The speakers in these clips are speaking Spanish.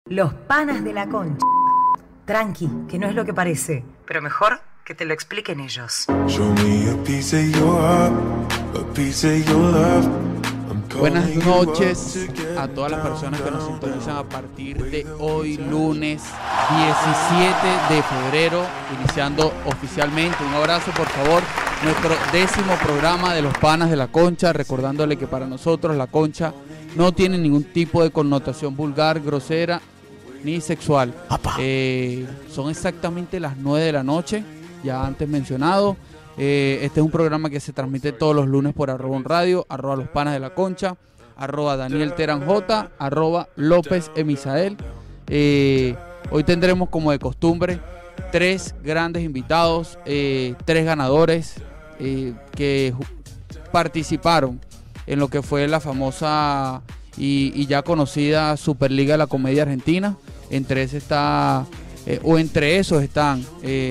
Los panas de la concha. Tranqui, que no es lo que parece, pero mejor que te lo expliquen ellos. Buenas noches a todas las personas que nos sintonizan a partir de hoy, lunes 17 de febrero, iniciando oficialmente. Un abrazo, por favor, nuestro 10º programa de los panas de la concha, recordándole que para nosotros la concha no tiene ningún tipo de connotación vulgar, grosera ni sexual. Son exactamente las 9 de la noche, ya antes mencionado. Este es un programa que se transmite todos los lunes por @radio, @los panas de la concha, @Daniel Terán J, @López Emisael. Hoy tendremos, como de costumbre, 3 grandes invitados, 3 ganadores que participaron en lo que fue la famosa y ya conocida Superliga de la Comedia Argentina. Entre esos están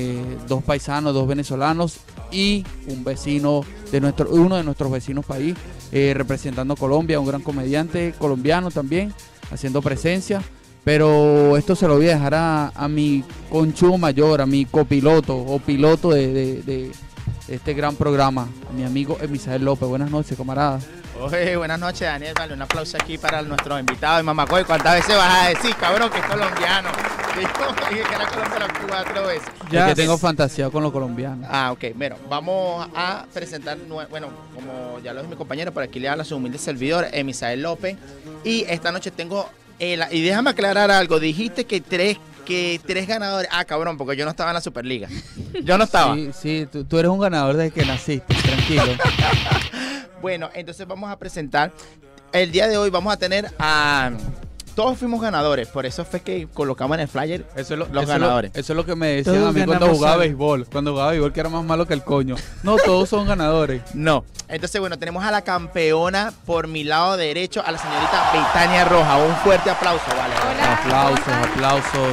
2 paisanos, 2 venezolanos y un vecino de uno de nuestros vecinos país, representando Colombia, un gran comediante colombiano también, haciendo presencia. Pero esto se lo voy a dejar a mi conchudo mayor, a mi copiloto o piloto de este gran programa, a mi amigo Emisael López. Buenas noches, camarada. Oye, buenas noches, Daniel. Dale un aplauso aquí para nuestro invitado de Mamacoy. ¿Cuántas veces vas a decir, cabrón, que es colombiano? Dije que era colombiano 4 veces. Ya es que tengo fantasía con los colombianos. Ok. Bueno, vamos a presentar, bueno, como ya lo dijo mi compañero, por aquí le habla su humilde servidor, Emisael López. Y esta noche tengo, y déjame aclarar algo, dijiste que tres ganadores. Cabrón, porque yo no estaba en la Superliga. Yo no estaba. Sí, tú eres un ganador desde que naciste, tranquilo. Bueno, entonces vamos a presentar, el día de hoy vamos a tener a... Todos fuimos ganadores, por eso fue que colocamos en el flyer los ganadores. Eso es lo que me decían todos a mí cuando jugaba béisbol. Cuando jugaba béisbol, que era más malo que el coño. No, todos son ganadores. No. Entonces, bueno, tenemos a la campeona por mi lado derecho, a la señorita Betania Roja. Un fuerte aplauso, ¿vale? Hola, aplausos.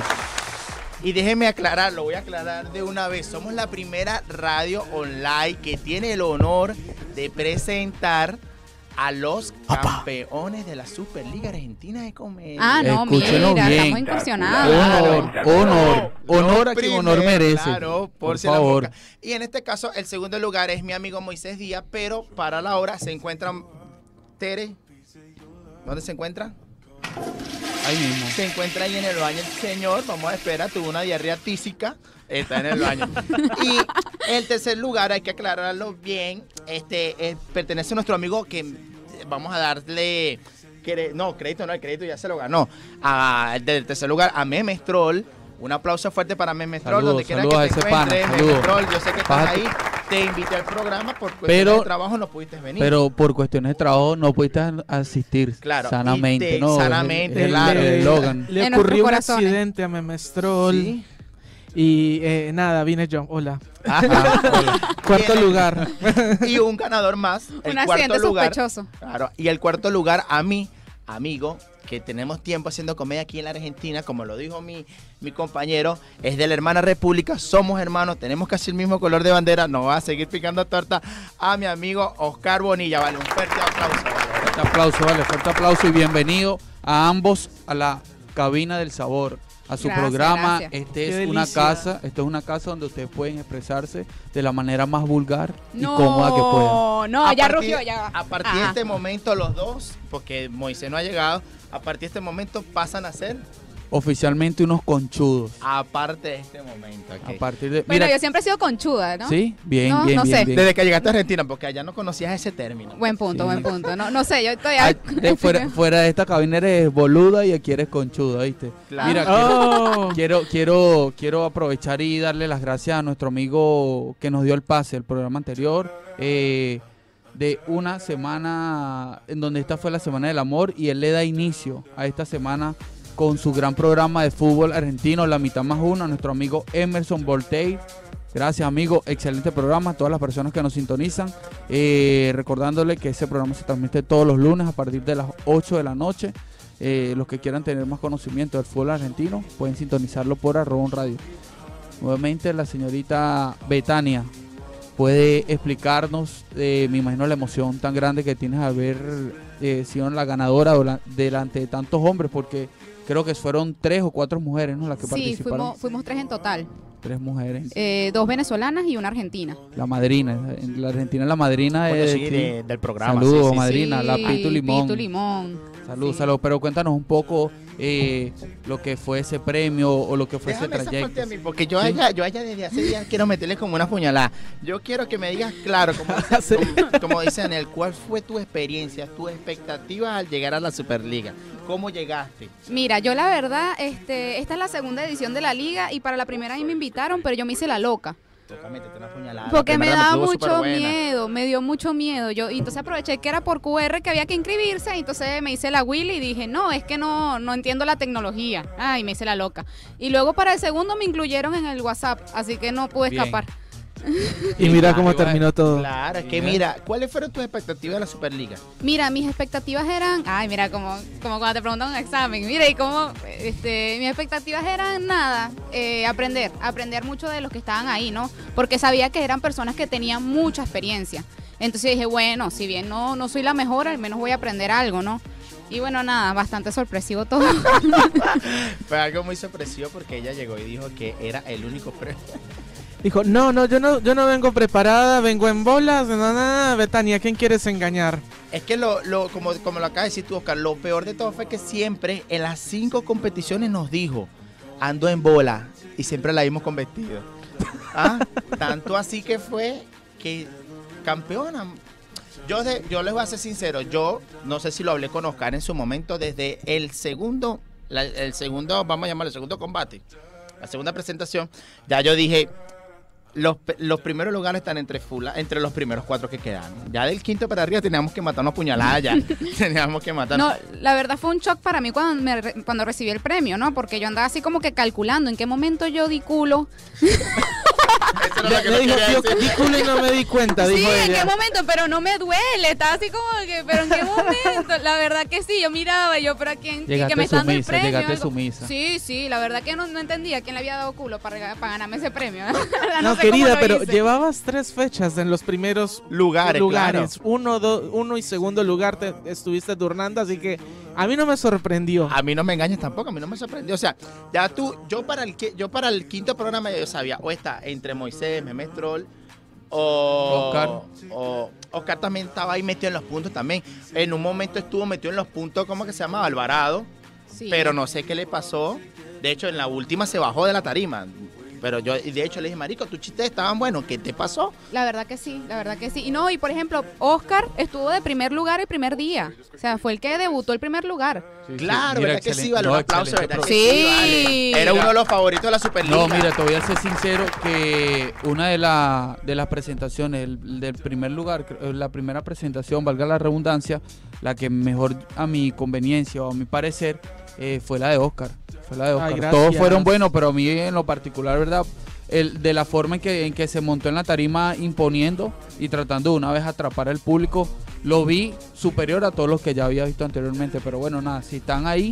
Y déjeme aclarar, lo voy a aclarar de una vez. Somos la primera radio online que tiene el honor de presentar a los campeones de la Superliga Argentina de Comedia. No, escúchenlo mira, bien. estamos incursionados. Honor a quien honor merece. Claro, por favor. Y en este caso, el segundo lugar es mi amigo Moisés Díaz, pero para la hora se encuentran Tere. ¿Dónde se encuentra? Ahí mismo. Se encuentra ahí en el baño el señor. Vamos a esperar, tuvo una diarrea tísica. Está en el baño. Y el tercer lugar, hay que aclararlo bien, pertenece a nuestro amigo que vamos a darle el crédito ya se lo ganó. Del tercer lugar a Memestrol. Un aplauso fuerte para Memestrol, donde quiera que te encuentres. Memestrol, yo sé que estás ahí. Te invité al programa, por cuestiones de trabajo no pudiste venir. Pero por cuestiones de trabajo no pudiste asistir. Claro, sanamente, ¿no? Sanamente, claro. El Logan. Le ocurrió un accidente a Memestrol. ¿Sí? Y nada, vine yo. Hola. Hola. Cuarto lugar. Y un ganador más. Un accidente sospechoso. Claro. Y el cuarto lugar a mi amigo, que tenemos tiempo haciendo comedia aquí en la Argentina, como lo dijo mi compañero, es de la hermana república, somos hermanos, tenemos casi el mismo color de bandera, nos va a seguir picando torta, a mi amigo Oscar Bonilla. Vale, un fuerte aplauso. Fuerte aplauso y bienvenido a ambos a la cabina del sabor, a su programa. Gracias. Esto es una casa donde ustedes pueden expresarse de la manera más vulgar y cómoda que puedan. No, ya rugió, ya. A partir de este momento los dos, porque Moisés no ha llegado, a partir de este momento pasan a ser oficialmente unos conchudos. Aparte de este momento. Okay. A partir de, bueno, yo siempre he sido conchuda, ¿no? Sí, bien. Desde que llegaste a Argentina, porque allá no conocías ese término. Buen punto. No sé, yo estoy... fuera de esta cabina eres boluda y aquí eres conchuda, ¿viste? Claro. Mira, quiero aprovechar y darle las gracias a nuestro amigo que nos dio el pase el programa anterior. De una semana en donde esta fue la Semana del Amor y él le da inicio a esta semana con su gran programa de fútbol argentino, La Mitad Más Uno, a nuestro amigo Emerson Voltaire. Gracias, amigo, excelente programa, a todas las personas que nos sintonizan, recordándole que ese programa se transmite todos los lunes a partir de las 8 de la noche. Los que quieran tener más conocimiento del fútbol argentino pueden sintonizarlo por @radio. Nuevamente la señorita Betania puede explicarnos, me imagino, la emoción tan grande que tienes al ver sido la ganadora delante de tantos hombres, porque creo que fueron 3 o 4 mujeres, ¿no? Las que Sí, participaron. fuimos 3 en total. 3 mujeres. 2 venezolanas y una argentina. La madrina, en la Argentina la madrina Bueno, es sí, del programa. Saludos, sí, sí, madrina, la Pitu Limón. Pitu Limón. Saludos, pero cuéntanos un poco lo que fue ese premio o lo que fue Déjame ese esa trayecto. parte a mí, porque yo Sí. a ella desde hace días quiero meterle como una puñalada. Yo quiero que me digas claro, como dice Daniel, ¿cuál fue tu experiencia, tu expectativa al llegar a la Superliga? ¿Cómo llegaste? Mira, yo la verdad, esta es la segunda edición de la liga y para la primera ahí me invitaron, pero yo me hice la loca. Toca meterte una puñalada. Porque La me primera daba estuvo mucho superbuena. miedo, me dio mucho miedo. Y entonces aproveché que era por QR, que había que inscribirse, y entonces me hice la Willy y dije, no, es que no entiendo la tecnología. Ay, me hice la loca. Y luego para el segundo me incluyeron en el WhatsApp, así que no pude Bien. escapar. Y mira cómo Igual. terminó todo. Claro, es que mira, ¿cuáles fueron tus expectativas de la Superliga? Mira, mis expectativas eran, ay, mira, como cuando te preguntan un examen, mira, y como, mis expectativas eran nada, aprender mucho de los que estaban ahí, ¿no? Porque sabía que eran personas que tenían mucha experiencia. Entonces dije, bueno, si bien no soy la mejor, al menos voy a aprender algo, ¿no? Y bueno, nada, bastante sorpresivo todo. Fue algo muy sorpresivo porque ella llegó y dijo que era el único premio. Dijo, no, yo no vengo preparada, vengo en bolas, no, Betania, ¿quién quieres engañar? Es que como lo acabas de decir tú, Oscar, lo peor de todo fue que siempre en las 5 competiciones nos dijo, ando en bola, y siempre la vimos con vestido. ¿Ah? Tanto así que fue que campeona. Yo les voy a ser sincero, yo no sé si lo hablé con Oscar en su momento, desde el segundo, vamos a llamarlo el segundo combate, la segunda presentación, ya yo dije, los primeros lugares están entre los primeros 4 que quedan. Ya del quinto para arriba teníamos que matarnos puñaladas ya. Teníamos que matarnos. No, la verdad fue un shock para mí cuando recibí el premio, ¿no? Porque yo andaba así como que calculando en qué momento yo di culo. Eso era lo que Le no dijo, quería yo decir. di culo y no me di cuenta, Sí, dijo en ella. qué momento, pero no me duele, estaba así como que, pero en qué momento, la verdad que sí, yo miraba y yo, pero a quién, Llegaste que me está dando el sumisa, premio. llegaste algo. sumisa. Sí, la verdad que no entendía quién le había dado culo para ganarme ese premio. No, sé cómo querida, lo pero hice. llevabas 3 fechas en los primeros Lugares. Uno y segundo lugar te estuviste turnando, así que a mí no me sorprendió. A mí no me engañes tampoco, a mí no me sorprendió. O sea, ya yo para el quinto programa yo sabía, o está entre Moisés, Memestrol, Oscar. o Oscar también estaba ahí metido en los puntos también. En un momento estuvo metido en los puntos, ¿cómo que se llama? Alvarado, Sí. pero no sé qué le pasó. De hecho, en la última se bajó de la tarima. Pero y de hecho le dije, marico, tus chistes estaban buenos, ¿qué te pasó? La verdad que sí. Y no, y por ejemplo, Oscar estuvo de primer lugar el primer día. O sea, fue el que debutó el primer lugar. Sí, sí. Claro, Mira, ¿verdad que sí? excelente. Vale, No, un aplauso, excelente ¿verdad que Sí. vale? Era uno de los favoritos de la Superliga. No, mira, te voy a ser sincero que una de las presentaciones, del primer lugar, la primera presentación, valga la redundancia, la que mejor a mi conveniencia o a mi parecer, fue la de Oscar. Fue la de Oscar. gracias. Todos fueron buenos, pero a mí en lo particular, ¿verdad? De la forma en que se montó en la tarima imponiendo y tratando de una vez atrapar al público, lo vi superior a todos los que ya había visto anteriormente. Pero bueno, nada, si están ahí,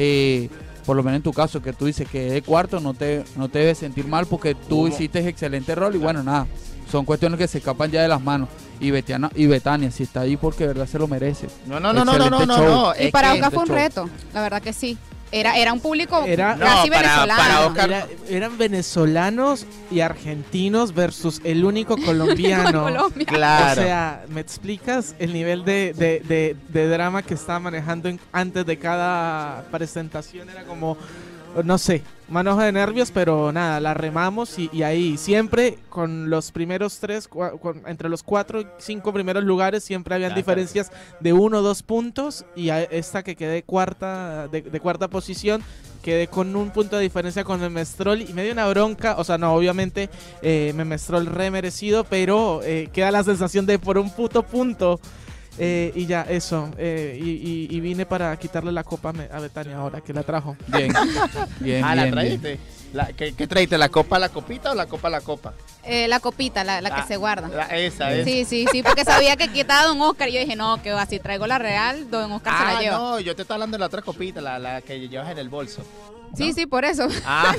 por lo menos en tu caso, que tú dices que es de cuarto, no te debes sentir mal porque tú hiciste excelente rol y bueno, nada, son cuestiones que se escapan ya de las manos. Y Betania, si está ahí porque de verdad se lo merece. No. Excelente show. Y para que- Oscar fue un show. reto, la verdad que sí. Era un público Era- casi No, para venezolano. Oscar- Eran venezolanos y argentinos versus el único colombiano. Colombia. Claro. O sea, ¿me explicas el nivel de drama que estaba manejando antes de cada presentación? Era como, no sé, manojo de nervios, pero nada, la remamos y ahí siempre con los primeros 3, entre los 4 y 5 primeros lugares siempre habían Claro. diferencias de 1 o 2 puntos y esta que quedé cuarta, de cuarta posición, quedé con un punto de diferencia con Memestrol y me dio una bronca, o sea, no, obviamente Memestrol re merecido, pero queda la sensación de por un puto punto. Y ya, eso. Y vine para quitarle la copa a Betania ahora que la trajo. Bien, bien, Ah, ¿la bien, bien. traíste? ¿Qué traíste? ¿La copa, la copita o la copa, la copa? La copita, la que se guarda. Esa. Sí, porque sabía que quitaba Don Oscar y yo dije, no, que va, si traigo la real, Don Oscar se la lleva. No, yo te estoy hablando de la otra copita, la que llevas en el bolso. Sí, por eso. Ah.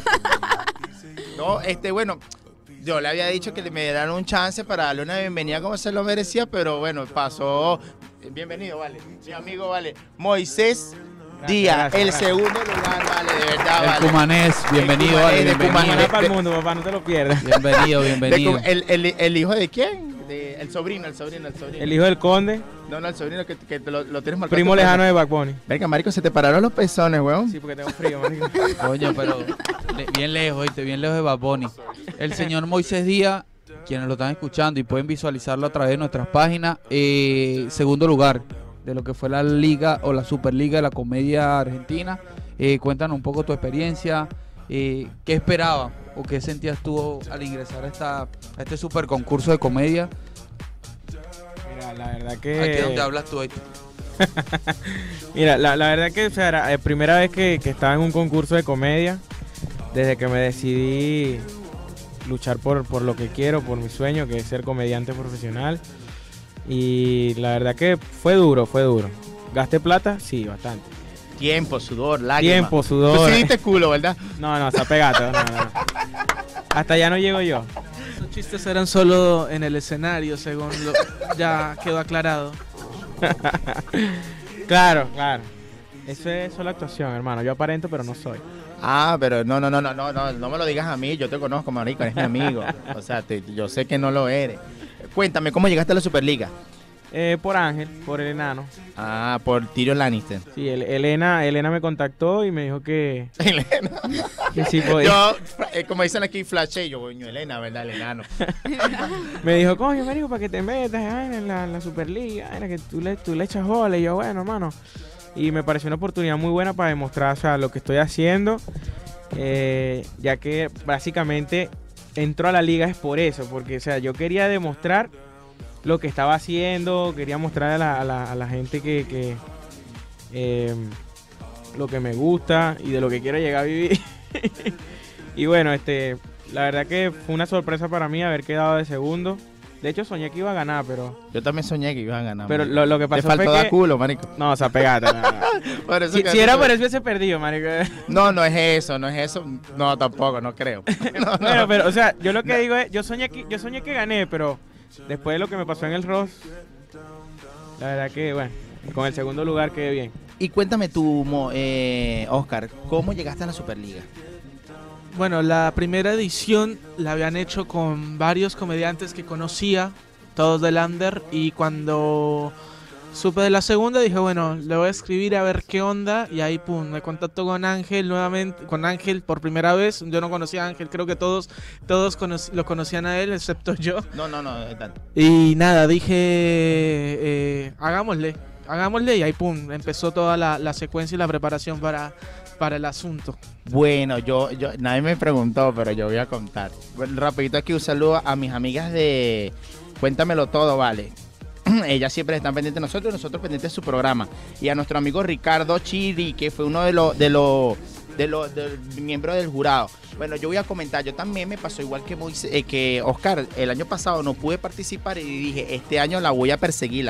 No, bueno, yo le había dicho que me dieran un chance para darle una bienvenida como se lo merecía, pero bueno, pasó. Bienvenido, vale. Mi amigo, vale. Moisés día. gracias, El gracias. segundo lugar, vale, de verdad, El vale. cumanés, bienvenido, Cumanés, vale, de bienvenido. Cumaná. Mañana para el mundo, papá, no te lo pierdas. Bienvenido, bienvenido. ¿El hijo de quién? El sobrino. El hijo del conde, No, el sobrino que te lo tienes marcado. primo lejano de Bad Bunny. Venga, marico, se te pararon los pezones, weón. Sí, porque tengo frío, marico. Coño, pero bien lejos, ¿viste? Bien lejos de Bad Bunny. El señor Moisés Díaz, quienes lo están escuchando y pueden visualizarlo a través de nuestras páginas, segundo lugar de lo que fue la liga o la Superliga de la Comedia Argentina. Cuéntanos un poco tu experiencia, qué esperabas o qué sentías tú al ingresar a este super concurso de comedia. Mira, la verdad Aquí es donde que... hablas tú, ¿viste? Mira, la verdad que, o sea, era la primera vez que estaba en un concurso de comedia, desde que me decidí luchar por lo que quiero, por mi sueño, que es ser comediante profesional. Y la verdad que fue duro. ¿Gasté plata? Sí, bastante. Tiempo, sudor, lágrimas. Tiempo, Tú sudor. sí diste culo, ¿verdad? No, está pegado. No. Hasta allá no llego yo. Los chistes eran solo en el escenario, según ya quedó aclarado. Claro. Eso es solo actuación, hermano. Yo aparento, pero no soy. Ah, pero no me lo digas a mí, yo te conozco, marico, eres mi amigo. O sea, yo sé que no lo eres. Cuéntame, ¿cómo llegaste a la Superliga? Por Ángel, por el enano. Ah, por Tyrion Lannister. Sí, Elena me contactó y me dijo que sí podía. Yo, como dicen aquí, flashé, yo, coño, Elena, ¿verdad? El enano. Me dijo, coño, marico, para que te metas en la Superliga, que tú le echas goles. Y yo, bueno, hermano. Y me pareció una oportunidad muy buena para demostrar, o sea, lo que estoy haciendo. Ya que básicamente entro a la liga es por eso, porque, o sea, yo quería demostrar lo que estaba haciendo, quería mostrar a la gente que lo que me gusta y de lo que quiero llegar a vivir. Y bueno, la verdad que fue una sorpresa para mí haber quedado de segundo. De hecho, soñé que iba a ganar, pero... Yo también soñé que iban a ganar. Pero marico. lo que Te pasó faltó fue dar que... culo, marico. No, o sea, pegate. Por eso Si que- era por eso hubiese perdido, marico. No es eso. No, tampoco, no creo. No. Bueno, pero, o sea, yo lo que digo es, yo soñé que gané, pero después de lo que me pasó en el Ross, la verdad que, bueno, con el segundo lugar quedé bien. Y cuéntame tú, Oscar, ¿cómo llegaste a la Superliga? Bueno, la primera edición la habían hecho con varios comediantes que conocía, todos del under, y cuando supe de la segunda dije, bueno, le voy a escribir a ver qué onda, y ahí pum, me contacto con Ángel nuevamente, con Ángel por primera vez. Yo no conocía a Ángel, creo que todos lo conocían a él, excepto yo. No. Y nada, dije, hagámosle, y ahí pum, empezó toda la secuencia y la preparación para el asunto. Bueno, yo nadie me preguntó, pero yo voy a contar. Bueno, rapidito aquí un saludo a mis amigas de Cuéntamelo Todo, vale. Ellas siempre están pendientes de nosotros y nosotros pendientes de su programa. Y a nuestro amigo Ricardo Chiri, que fue uno de los miembros del jurado. Bueno, yo voy a comentar, yo también me pasó igual que Oscar, el año pasado no pude participar y dije, este año la voy a perseguir.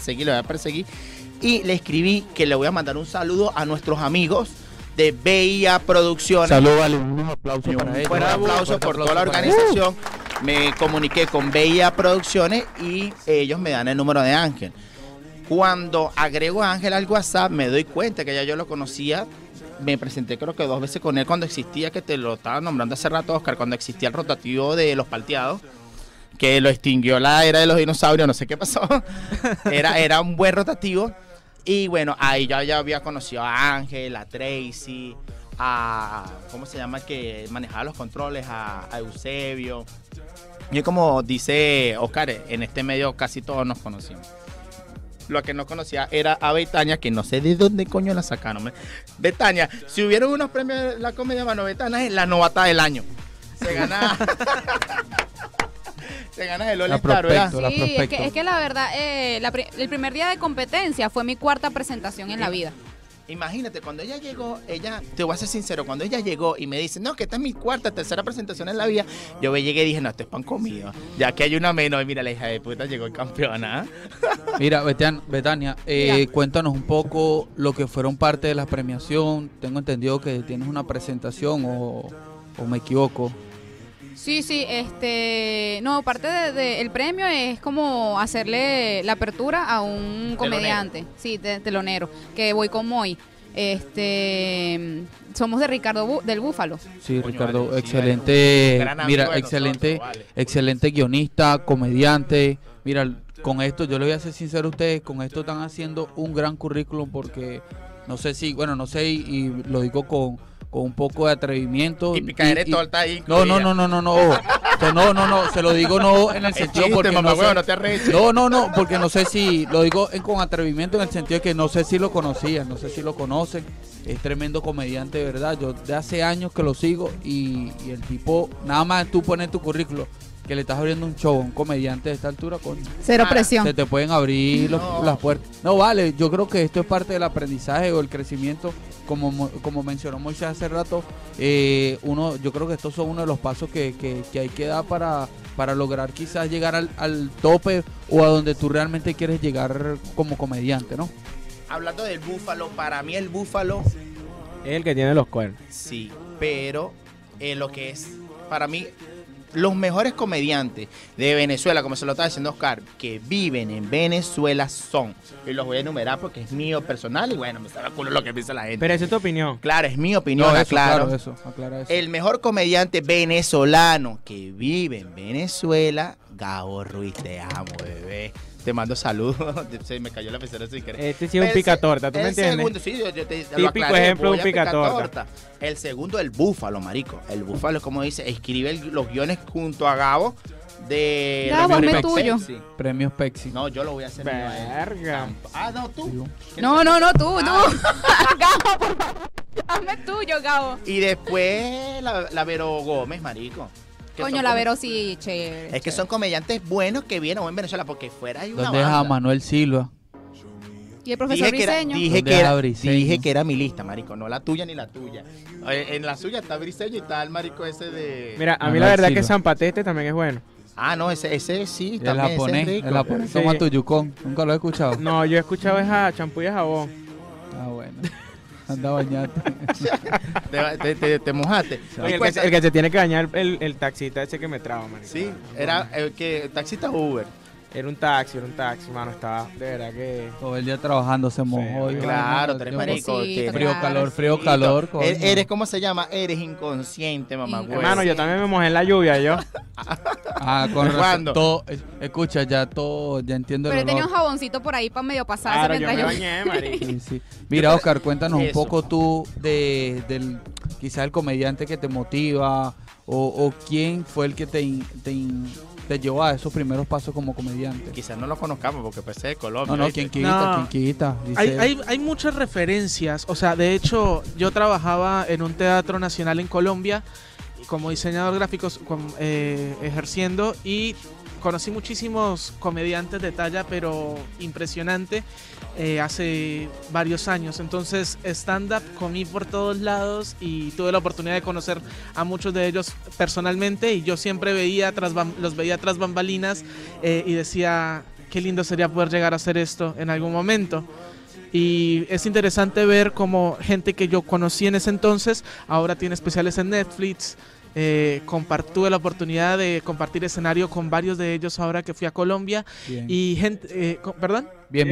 Y le escribí que le voy a mandar un saludo a nuestros amigos de BIA Producciones. Saludos, vale, unos aplausos para ellos. Fuerte aplauso por toda la organización. Me comuniqué con BIA Producciones y ellos me dan el número de Ángel. Cuando agrego a Ángel al WhatsApp, me doy cuenta que ya yo lo conocía. Me presenté creo que 2 veces con él cuando existía, que te lo estaba nombrando hace rato, Oscar, cuando existía el rotativo de los palteados, que lo extinguió la era de los dinosaurios, no sé qué pasó. Era un buen rotativo. Y bueno, ahí ya había conocido a Ángel, a Tracy, a... ¿Cómo se llama el que manejaba los controles? A Eusebio. Y como dice Oscar, en este medio casi todos nos conocíamos. Lo que no conocía era a Betania, que no sé de dónde coño la sacaron. Betania, si hubieron unos premios de la comedia mano, Betania es la novata del año. Se gana... Se gana el All Star, ¿verdad? Hola, Sí, prospecto. es que la verdad, el primer día de competencia fue mi 4ª presentación en la vida. Imagínate, cuando ella llegó, te voy a ser sincero, cuando ella llegó y me dice, no, que esta es mi 4ª, 3ª presentación en la vida, yo llegué y dije, no, esto es pan comido, ya que hay una menos, y mira, la hija de puta llegó campeona. Mira, Betania, cuéntanos un poco lo que fueron parte de la premiación. Tengo entendido que tienes una presentación o me equivoco. Sí, no, parte del premio es como hacerle la apertura a un comediante, sí, telonero, que voy con Moy. Somos de Ricardo del Búfalo. Sí, Coño, Ricardo, vale, sí, excelente, gran amigo mira, de excelente, nosotros, vale. excelente guionista, comediante. Mira, con esto, yo le voy a ser sincero a ustedes, con esto están haciendo un gran currículum porque no sé si, bueno, no sé, y lo digo con un poco de atrevimiento. Y picadera de torta ahí. No, se lo digo no en el sentido porque mamá, no sé, huevo, no te arreches. no, porque no sé si, lo digo con atrevimiento en el sentido de que no sé si lo conocían, no sé si lo conocen. Es tremendo comediante, de verdad. Yo de hace años que lo sigo y el tipo, nada más tú pones tu currículo que le estás abriendo un show a un comediante de esta altura, coño. Cero Ah, presión. Se te pueden abrir No. las puertas. No, vale, yo creo que esto es parte del aprendizaje o el crecimiento, como mencionó Moisés hace rato. Yo creo que estos son uno de los pasos que hay que dar para lograr quizás llegar al tope o a donde tú realmente quieres llegar como comediante, ¿no? Hablando del búfalo, para mí el búfalo, Es el que tiene los cuernos. sí, pero lo que es, para mí, los mejores comediantes de Venezuela, como se lo estaba diciendo Oscar, que viven en Venezuela son, y los voy a enumerar porque es mío personal y bueno, me sabe culo lo que piensa la gente. Pero esa es tu opinión. Claro, es mi opinión, No, claro. aclara eso. El mejor comediante venezolano que vive en Venezuela, Gabo Ruiz, te amo, bebé. Te mando saludos. Se me cayó la pecera sin querer. Este sí es un picatorta, ¿tú me el entiendes? segundo, sí, yo te Típico lo aclaré, ejemplo de voy un a picar picatorta. torta. El segundo, el búfalo, marico. El búfalo es como dice, escribe los guiones junto a Gabo de... Gabo, Premios hazme Pepsi. tuyo. Premios Pepsi. No, yo lo voy a hacer. mío a él. Verga. Ah, no, tú. No, tú. Gabo, por favor. Hazme tuyo, Gabo. Y después la Vero Gómez, marico. Que Coño, son la como- Vero sí, chévere. Es que son comediantes buenos que vienen en Venezuela porque fuera hay una ¿Dónde es a banda. Manuel Silva? Y el profesor Briseño. Dije Briseño. que era mi lista, marico, no la tuya ni la tuya. En la suya está Briseño y está el marico ese de... Mira, a mí Manuel la verdad Silva. que San Pateste también es bueno. Ah, no, ese sí, El también japonés, ese es rico. el japonés Sí. toma tu yucón. ¿Nunca lo he escuchado? No, yo he escuchado esa champú y jabón. Ah, bueno. Anda bañate. Te mojaste. Oye, Y cuenta- el que se tiene que bañar el taxista ese que me traba, man. Sí, era el que taxista Uber. Era un taxi, mano. Estaba de verdad que... Todo el día trabajando se mojó. y Claro, vaina, tú eres yo- marico. Pobrecito, Frío, claro. calor, frío, calor. coño. Eres, ¿cómo se llama? Eres inconsciente, mamá. Inconsciente. huevo. Hermano, yo también me mojé en la lluvia, yo. Ah, con razón. ¿Cuándo? Todo, escucha, ya todo, ya entiendo Pero el él tenía un olor. jaboncito por ahí para medio pasarse Claro, yo mientras me bañé, marico. Sí, sí. Mira, Oscar, cuéntanos un Eso. poco tú del quizás el comediante que te motiva o quién fue el que te llevó a esos primeros pasos como comediante. Quizás no lo conozcamos porque pues es de Colombia. No, no, ¿viste? quién quita, No. quién quita. Dice- Hay muchas referencias, o sea, de hecho yo trabajaba en un teatro nacional en Colombia como diseñador gráfico ejerciendo y conocí muchísimos comediantes de talla, pero impresionante, hace varios años. Entonces, stand-up comí por todos lados y tuve la oportunidad de conocer a muchos de ellos personalmente y yo siempre los veía tras bambalinas y decía, qué lindo sería poder llegar a hacer esto en algún momento. Y es interesante ver cómo gente que yo conocí en ese entonces ahora tiene especiales en Netflix. Tuve la oportunidad de compartir escenario con varios de ellos ahora que fui a Colombia. Bien. Y gente, ¿perdón? Bien.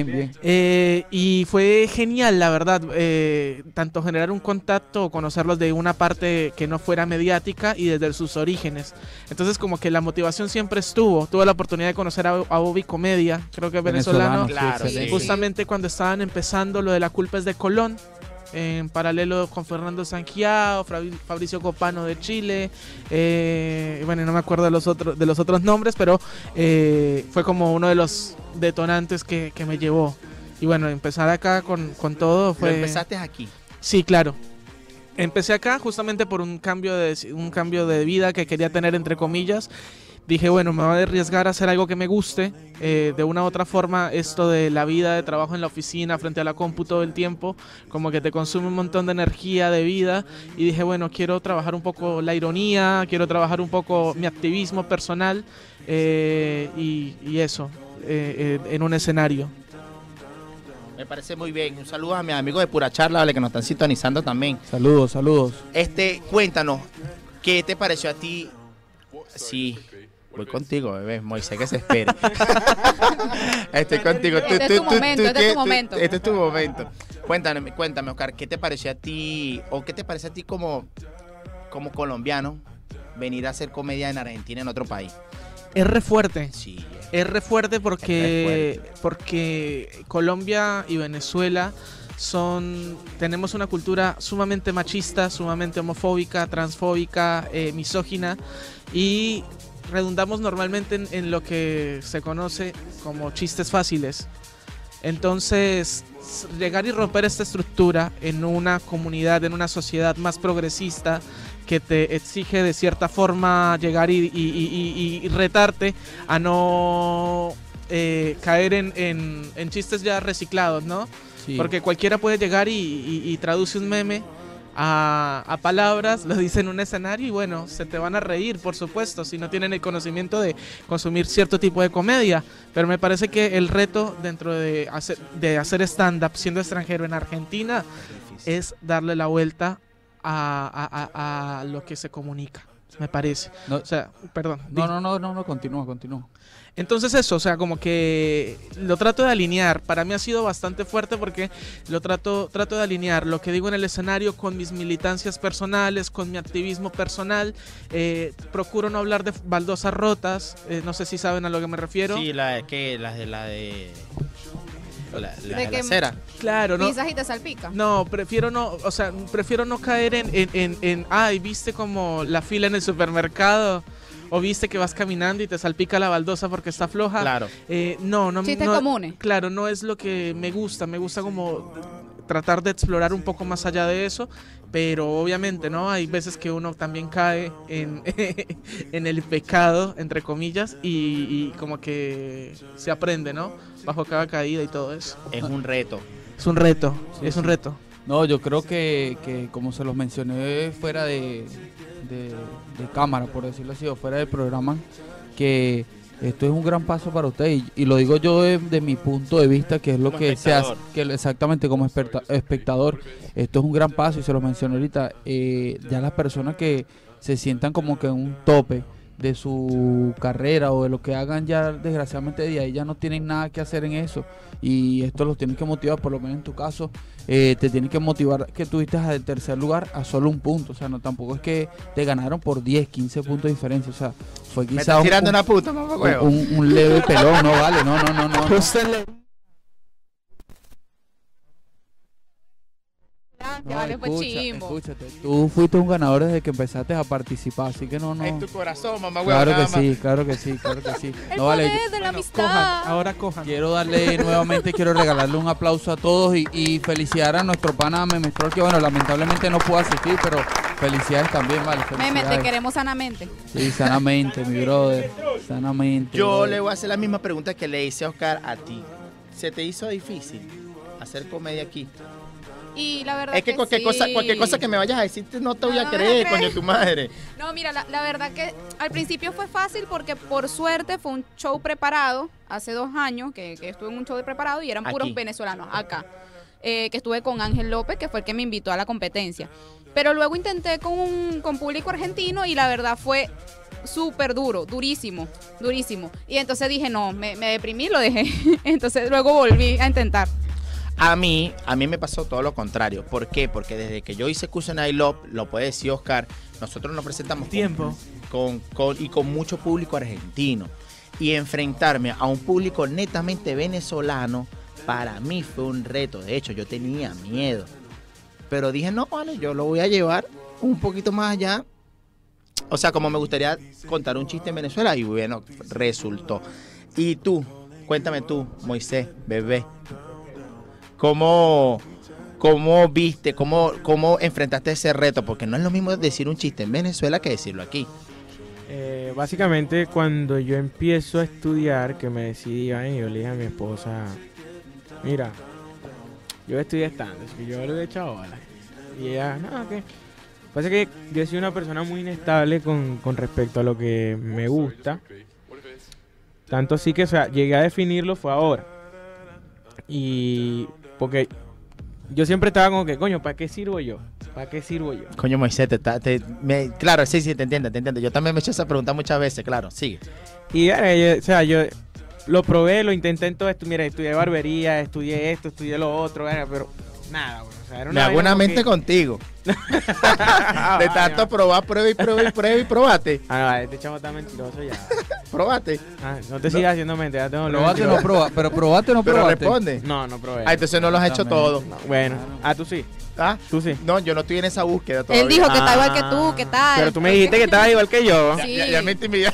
Y fue genial, la verdad, tanto generar un contacto o conocerlos de una parte que no fuera mediática y desde sus orígenes. Entonces como que la motivación siempre estuvo. Tuve la oportunidad de conocer a Bobby Comedia, creo que es venezolano. Claro, sí, sí. Justamente cuando estaban empezando lo de La culpa es de Colón, en paralelo con Fernando Sangiao, Fabricio Copano de Chile, bueno, no me acuerdo de los otros nombres, pero fue como uno de los detonantes que me llevó. Y bueno, empezar acá con todo Lo fue... empezaste aquí. Sí, claro. Empecé acá justamente por un cambio de vida que quería tener, entre comillas. Dije, bueno, me voy a arriesgar a hacer algo que me guste. De una u otra forma, esto de la vida de trabajo en la oficina, frente a la compu todo el tiempo, como que te consume un montón de energía, de vida. Y dije, bueno, quiero trabajar un poco la ironía, quiero trabajar un poco mi activismo personal y eso, en un escenario. Me parece muy bien. Un saludo a mis amigos de Pura Charla, vale, que nos están sintonizando también. Saludos. Cuéntanos, ¿qué te pareció a ti? Sí, voy contigo, bebé. Moisés, que se espere. Estoy contigo. Este es tu momento, este es tu momento. Este es tu momento. Cuéntame, Oscar, ¿qué te pareció a ti, o qué te parece a ti como colombiano venir a hacer comedia en Argentina, en otro país? Es re fuerte. Sí. Es re fuerte porque Colombia y Venezuela tenemos una cultura sumamente machista, sumamente homofóbica, transfóbica, misógina, y redundamos normalmente en lo que se conoce como chistes fáciles. Entonces, llegar y romper esta estructura en una comunidad, en una sociedad más progresista, que te exige de cierta forma llegar y retarte a no caer en chistes ya reciclados, ¿no? Sí. Porque cualquiera puede llegar y traduce un meme a palabras, lo dice en un escenario y bueno, se te van a reír, por supuesto, si no tienen el conocimiento de consumir cierto tipo de comedia. Pero me parece que el reto dentro de hacer stand-up siendo extranjero en Argentina es darle la vuelta a lo que se comunica, me parece. No, O sea, perdón. no, continúa. Entonces eso, o sea, como que lo trato de alinear. Para mí ha sido bastante fuerte porque trato de alinear lo que digo en el escenario con mis militancias personales, con mi activismo personal. Procuro no hablar de baldosas rotas. No sé si saben a lo que me refiero. Sí, la de la cera. Claro, ¿no? Pisas y te salpica. No, prefiero no caer en ay, viste como la fila en el supermercado, o viste que vas caminando y te salpica la baldosa porque está floja. Claro. No. Chistes comunes. Claro, no es lo que me gusta como tratar de explorar un poco más allá de eso, pero obviamente, ¿no? Hay veces que uno también cae en, en el pecado, entre comillas, y como que se aprende, ¿no? Bajo cada caída y todo eso. Es un reto. Es un reto, Sí, es un sí. reto. No, yo creo que como se los mencioné fuera de cámara, por decirlo así, o fuera del programa, que esto es un gran paso para usted y lo digo yo de mi punto de vista, que es lo Como que se hace, espectador. exactamente como espectador. Esto es un gran paso y se lo mencioné ahorita. Ya las personas que se sientan como que en un tope de su carrera o de lo que hagan, ya desgraciadamente de ahí ya no tienen nada que hacer en eso, y esto los tiene que motivar. Por lo menos en tu caso, te tiene que motivar que tuviste al tercer lugar a solo un punto. O sea, no, tampoco es que te ganaron por 10, 15 puntos de diferencia. O sea, fue Me quizás estás tirando una puta, mamá huevo. un leve pelón. No vale, no. Que vale, fue chimbo. Escúchate, tú fuiste un ganador desde que empezaste a participar, así que no. En tu corazón, mamá huevo. Claro nada que más. sí, claro que sí. El No vale. poder de la amistad. Ahora cojan. Quiero regalarle un aplauso a todos y felicitar a nuestro pana Memestrol, que bueno, lamentablemente no pudo asistir, pero felicidades también, vale. Meme, te Felicidades. queremos sanamente. Sí, sanamente, mi brother. Sanamente. Yo brother. le voy a hacer la misma pregunta que le hice a Oscar a ti. ¿Se te hizo difícil hacer comedia aquí? Y la verdad Es que cualquier sí. cosa que me vayas a decir no te voy No, a no me creer, la coño, crees. tu madre. No, mira, la verdad que al principio fue fácil porque por suerte fue un show preparado hace 2 años que estuve en un show de preparado y eran puros Aquí. venezolanos acá. Que estuve con Ángel López, que fue el que me invitó a la competencia. Pero luego intenté con público argentino y la verdad fue súper duro, durísimo. Y entonces dije, no, me deprimí, lo dejé. Entonces luego volví a intentar. A mí me pasó todo lo contrario. ¿Por qué? Porque desde que yo hice Cusen I Love, lo puede decir Oscar, nosotros nos presentamos Tiempo. con mucho público argentino. Y enfrentarme a un público netamente venezolano, para mí fue un reto. De hecho, yo tenía miedo. Pero dije, no, vale, yo lo voy a llevar un poquito más allá. O sea, como me gustaría contar un chiste en Venezuela. Y bueno, resultó. Y tú, cuéntame tú, Moisés, bebé. ¿Cómo viste, cómo enfrentaste ese reto? Porque no es lo mismo decir un chiste en Venezuela que decirlo aquí. Básicamente, cuando yo empiezo a estudiar, que me decidí, ay, yo le dije a mi esposa, mira, yo estudié stand-up, y yo le he echado bola. Y ella, no, ¿qué? Pasa que yo soy una persona muy inestable con respecto a lo que me gusta. Tanto así que, o sea, llegué a definirlo fue ahora. Y porque yo siempre estaba como que, coño, ¿para qué sirvo yo? ¿Para qué sirvo yo? Coño, Moisés, claro, sí, te entiendo. Yo también me he hecho esa pregunta muchas veces, claro, sigue. Y yo lo probé, lo intenté en todo esto. Mira, estudié barbería, estudié esto, estudié lo otro, pero Nada, güey. O sea, era Me hago vaina una como mente que- contigo. De tanto probar, prueba y probate. Ah, no, vale, este chavo está mentiroso ya. Probate. Ah, no te sigas haciendo mente, ya tengo Probate o no probaste, pero probate o no Pero probaste. responde. No, no probé. Ah, entonces no lo has hecho todo. No, bueno. Ah, tú sí. ¿Ah? Tú sí. No, yo no estoy en esa búsqueda todavía. Él dijo que está igual que Ah, tú, ¿qué tal? Pero tú me dijiste que estabas igual que yo. Sí. Ya me intimidé.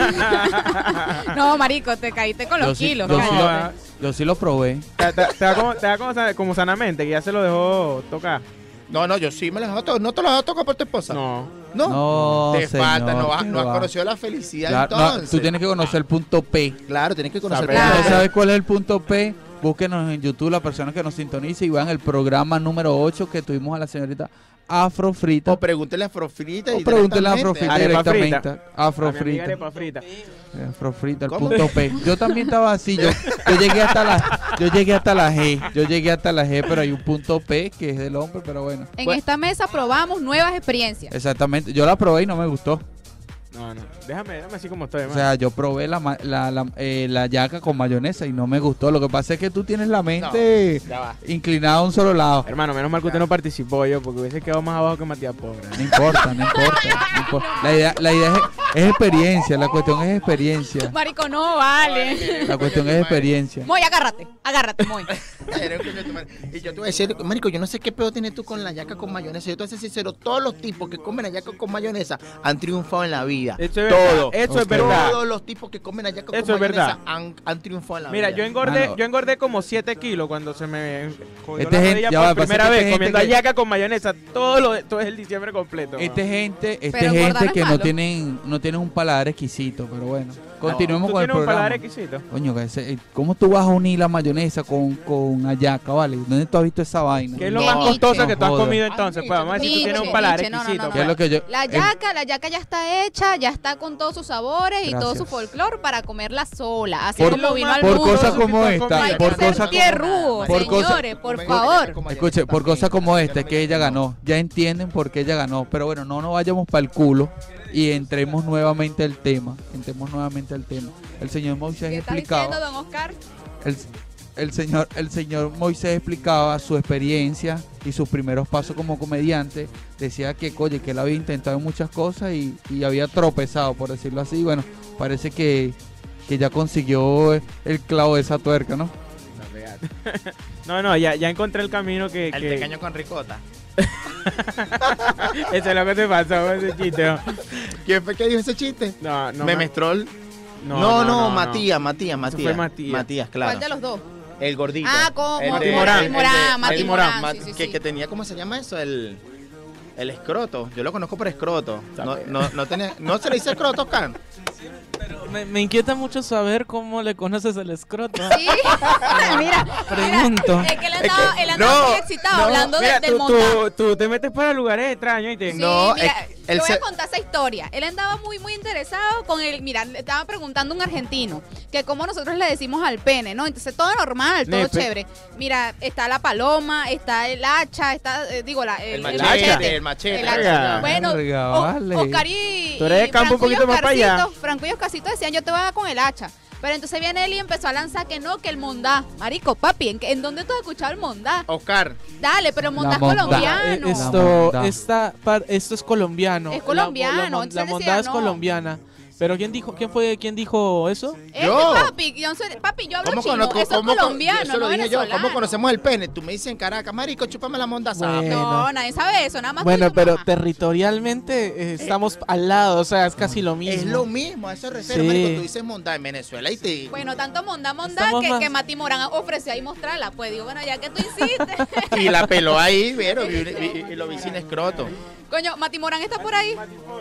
No, marico, te caíste con Yo los sí, kilos. yo sí cállate. yo sí lo probé. Te da como sanamente, que ya se lo dejó tocar. No, yo sí me las dejo tocar. ¿No te las has tocado por tu esposa? No. No. No, Te señor, falta, no ¿qué has va? conocido la felicidad Claro, no, entonces. tú tienes que conocer el punto P. Claro, tienes que conocer. Claro. ¿No Claro. sabes cuál es el punto P? Búsquenos en YouTube, las personas que nos sintonicen y vean el programa número 8 que tuvimos a la señorita Afro Frita. O pregúntele a Frofrita y O pregúntele a Afro directamente. Frita Arepa directamente. A Afro mi amiga Frita. arepa frita. Afro Frita, el ¿Cómo? punto P. Yo también estaba así, yo llegué hasta la G, pero hay un punto P que es del hombre, pero bueno. En esta mesa probamos nuevas experiencias. Exactamente, yo la probé y no me gustó. No. Déjame así como estoy, O sea, yo probé la yaca con mayonesa y no me gustó. Lo que pasa es que tú tienes la mente Ya va. inclinada a un solo lado. Hermano, menos mal que usted no participó yo, porque hubiese quedado más abajo que Matías Pobre. No importa. La idea es experiencia, la cuestión es experiencia. Marico, no vale. La cuestión es experiencia. Moy, agárrate, Moy. Eres un coño de tu madre. Y yo te voy a decir, marico, yo no sé qué pedo tienes tú con la yaca con mayonesa. Yo te voy a ser sincero, todos los tipos que comen la yaca con mayonesa han triunfado en la vida. Eso es Todo. verdad. Eso es Ok. verdad. Todos los tipos que comen la yaca Eso con es mayonesa verdad. han triunfado en la Mira, vida. yo Mano. engordé como 7 kilos cuando se me cogió Este la gente- rodilla ya por va, pasa primera que vez gente comiendo que- hallaca con mayonesa todo el diciembre completo. Esta gente Pero engordar es que malo. no tienen un paladar exquisito, pero bueno. Continuemos ¿Tú con el tienes un paladar programa. exquisito? Coño, ¿cómo tú vas a unir la mayonesa con hallaca, vale? ¿Dónde tú has visto esa vaina? ¿Qué es lo Qué más costoso niche. que tú has Joda. comido entonces? Pues vamos a ver si tú tienes un paladar Niche, no, exquisito. ¿Qué es lo que yo? La yaca ya está hecha, ya está con todos sus sabores y todo su Gracias. folclore para comerla sola. Así Por- como vino al por mundo. cosas como No hay esta, que No hay por que ser cosas tierrúos, por cosas- señores, por favor. Escuche, por cosas como esta, es que ella ganó. Ya entienden por qué ella ganó. Pero bueno, no nos vayamos para el culo y entremos nuevamente al tema. El señor Moisés ¿Qué está diciendo, explicaba. don Oscar? El señor Moisés explicaba su experiencia y sus primeros pasos como comediante. Decía que, oye, que él había intentado muchas cosas y había tropezado, por decirlo así. Bueno, parece que ya consiguió el clavo de esa tuerca, ¿no? No, ya encontré el camino que... El pequeño con ricota. Eso es lo que te pasó con ese chiste. ¿No? ¿Quién fue que dijo ese chiste? No, Memestrol. No, Matías. Eso fue Matías. Matías, claro. ¿Cuál de los dos? El gordito. Ah, ¿cómo? El Mati Morán. el de- Mati el Morán, Ma- sí, sí, que, sí. que tenía, ¿cómo se llama eso? El escroto. Yo lo conozco por escroto. No se le dice escroto, Oscar. Me inquieta mucho saber cómo le conoces el escroto. Sí. Mira, Pregunto. es que él andaba muy excitado hablando Mira, del montaje. tú te metes para lugares extraños y te... Sí, No, mira, él te voy se- a contar esa historia. Él andaba muy interesado con el, mira, le estaba preguntando a un argentino que cómo nosotros le decimos al pene, ¿no? Entonces todo normal, todo Nepe. chévere. Mira, está la paloma, está el hacha, está, el machete, el machete. El hacha. Verga. Bueno, Verga, vale. Oscar y Tú eres de campo un poquito más para allá. Franco y Oscarcito decían, yo te voy a dar con el hacha. Pero entonces viene él y empezó a lanzar que no, que el mondá. Marico, papi, ¿en dónde tú has escuchado el mondá? Oscar. Dale, pero el mondá es mondá. colombiano. Esto es colombiano. Es colombiano, La entonces él mondad decía, es no. colombiana. Pero ¿quién dijo eso? Yo. Papi, yo hablo chino, eso es colombiano, eso lo no dije yo. venezolano. ¿Cómo conocemos el pene? Tú me dices en Caracas, marico, chúpame la monda sabe. Bueno. No, nadie sabe eso, nada más tú y Bueno, tu pero mamá. territorialmente estamos al lado, o sea, es casi lo mismo. Es lo mismo, a eso refiero, Sí. marico. Tú dices monda en Venezuela y te... Bueno, tanto mondá Estamos más- que Mati Morán ofreció ahí mostrarla. Pues digo, bueno, ya que tú hiciste. Y la peló ahí, vieron, y lo vi sin escroto. Coño, Mati Morán está por ahí.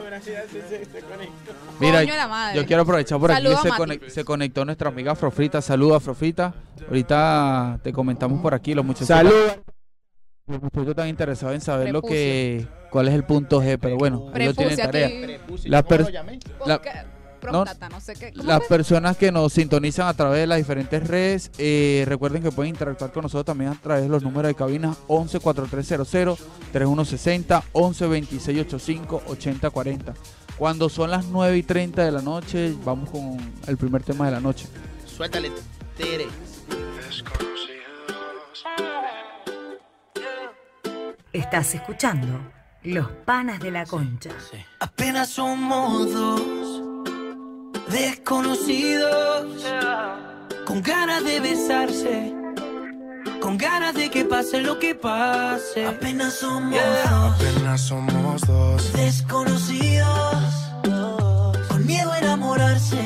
Mira, Coño de la madre. yo quiero aprovechar por aquí Saludos que a Mati. se conectó nuestra amiga Afrofrita. Saludos, Afrofrita. Ahorita te comentamos por aquí los muchachos. Salud. Los muchachos están interesados en saber Prepucio. cuál es el punto G, pero bueno, ellos tienen Prepucio tarea. aquí. La ¿Cómo per- lo llamé? La- Próstata, no sé qué. ¿Cómo Las fue? personas que nos sintonizan a través de las diferentes redes, recuerden que pueden interactuar con nosotros también a través de los números de cabina 11 4300 3160 11 2685 8040. Cuando son las 9:30 de la noche, vamos con el primer tema de la noche. Suéltale, Tere. Estás escuchando Los Panas de la Concha. Apenas somos dos desconocidos, con ganas de besarse, con ganas de que pase lo que pase. Apenas somos dos desconocidos, con miedo a enamorarse,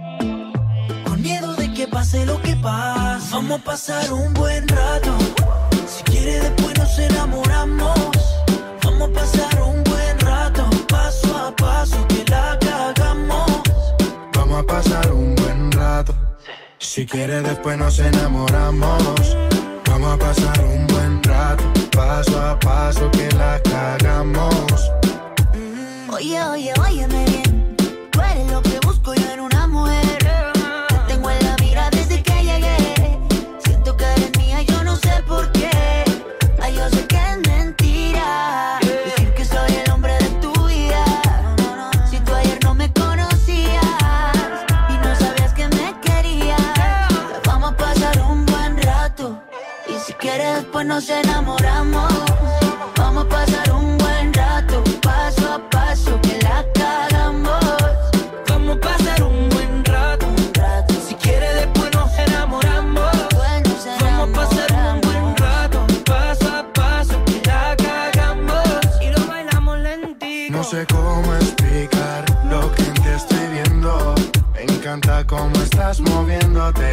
con miedo de que pase lo que pase. Vamos a pasar un buen rato, si quiere después nos enamoramos. Vamos a pasar un buen rato, paso a paso que la cagamos. Vamos a pasar un buen rato, si quiere después nos enamoramos. Vamos a pasar un buen rato, paso a paso que la cagamos. Oye, óyeme bien, tú eres lo que busco yo en una mujer. Te tengo en la mira desde que llegué, siento que eres mía, yo no sé por qué. Ay, yo sé que es mentira decir que soy el hombre de tu vida. Si tú ayer no me conocías y no sabías que me querías, vamos a pasar un buen rato, y si quieres después nos enamoramos. Vamos a pasar un buen rato, paso a paso que la cagamos. Vamos a pasar un buen rato, si quieres después nos enamoramos. Vamos a pasar un buen rato, paso a paso que la cagamos. Y lo bailamos lentito. No sé cómo explicar lo que en ti estoy viendo. Me encanta cómo estás moviéndote.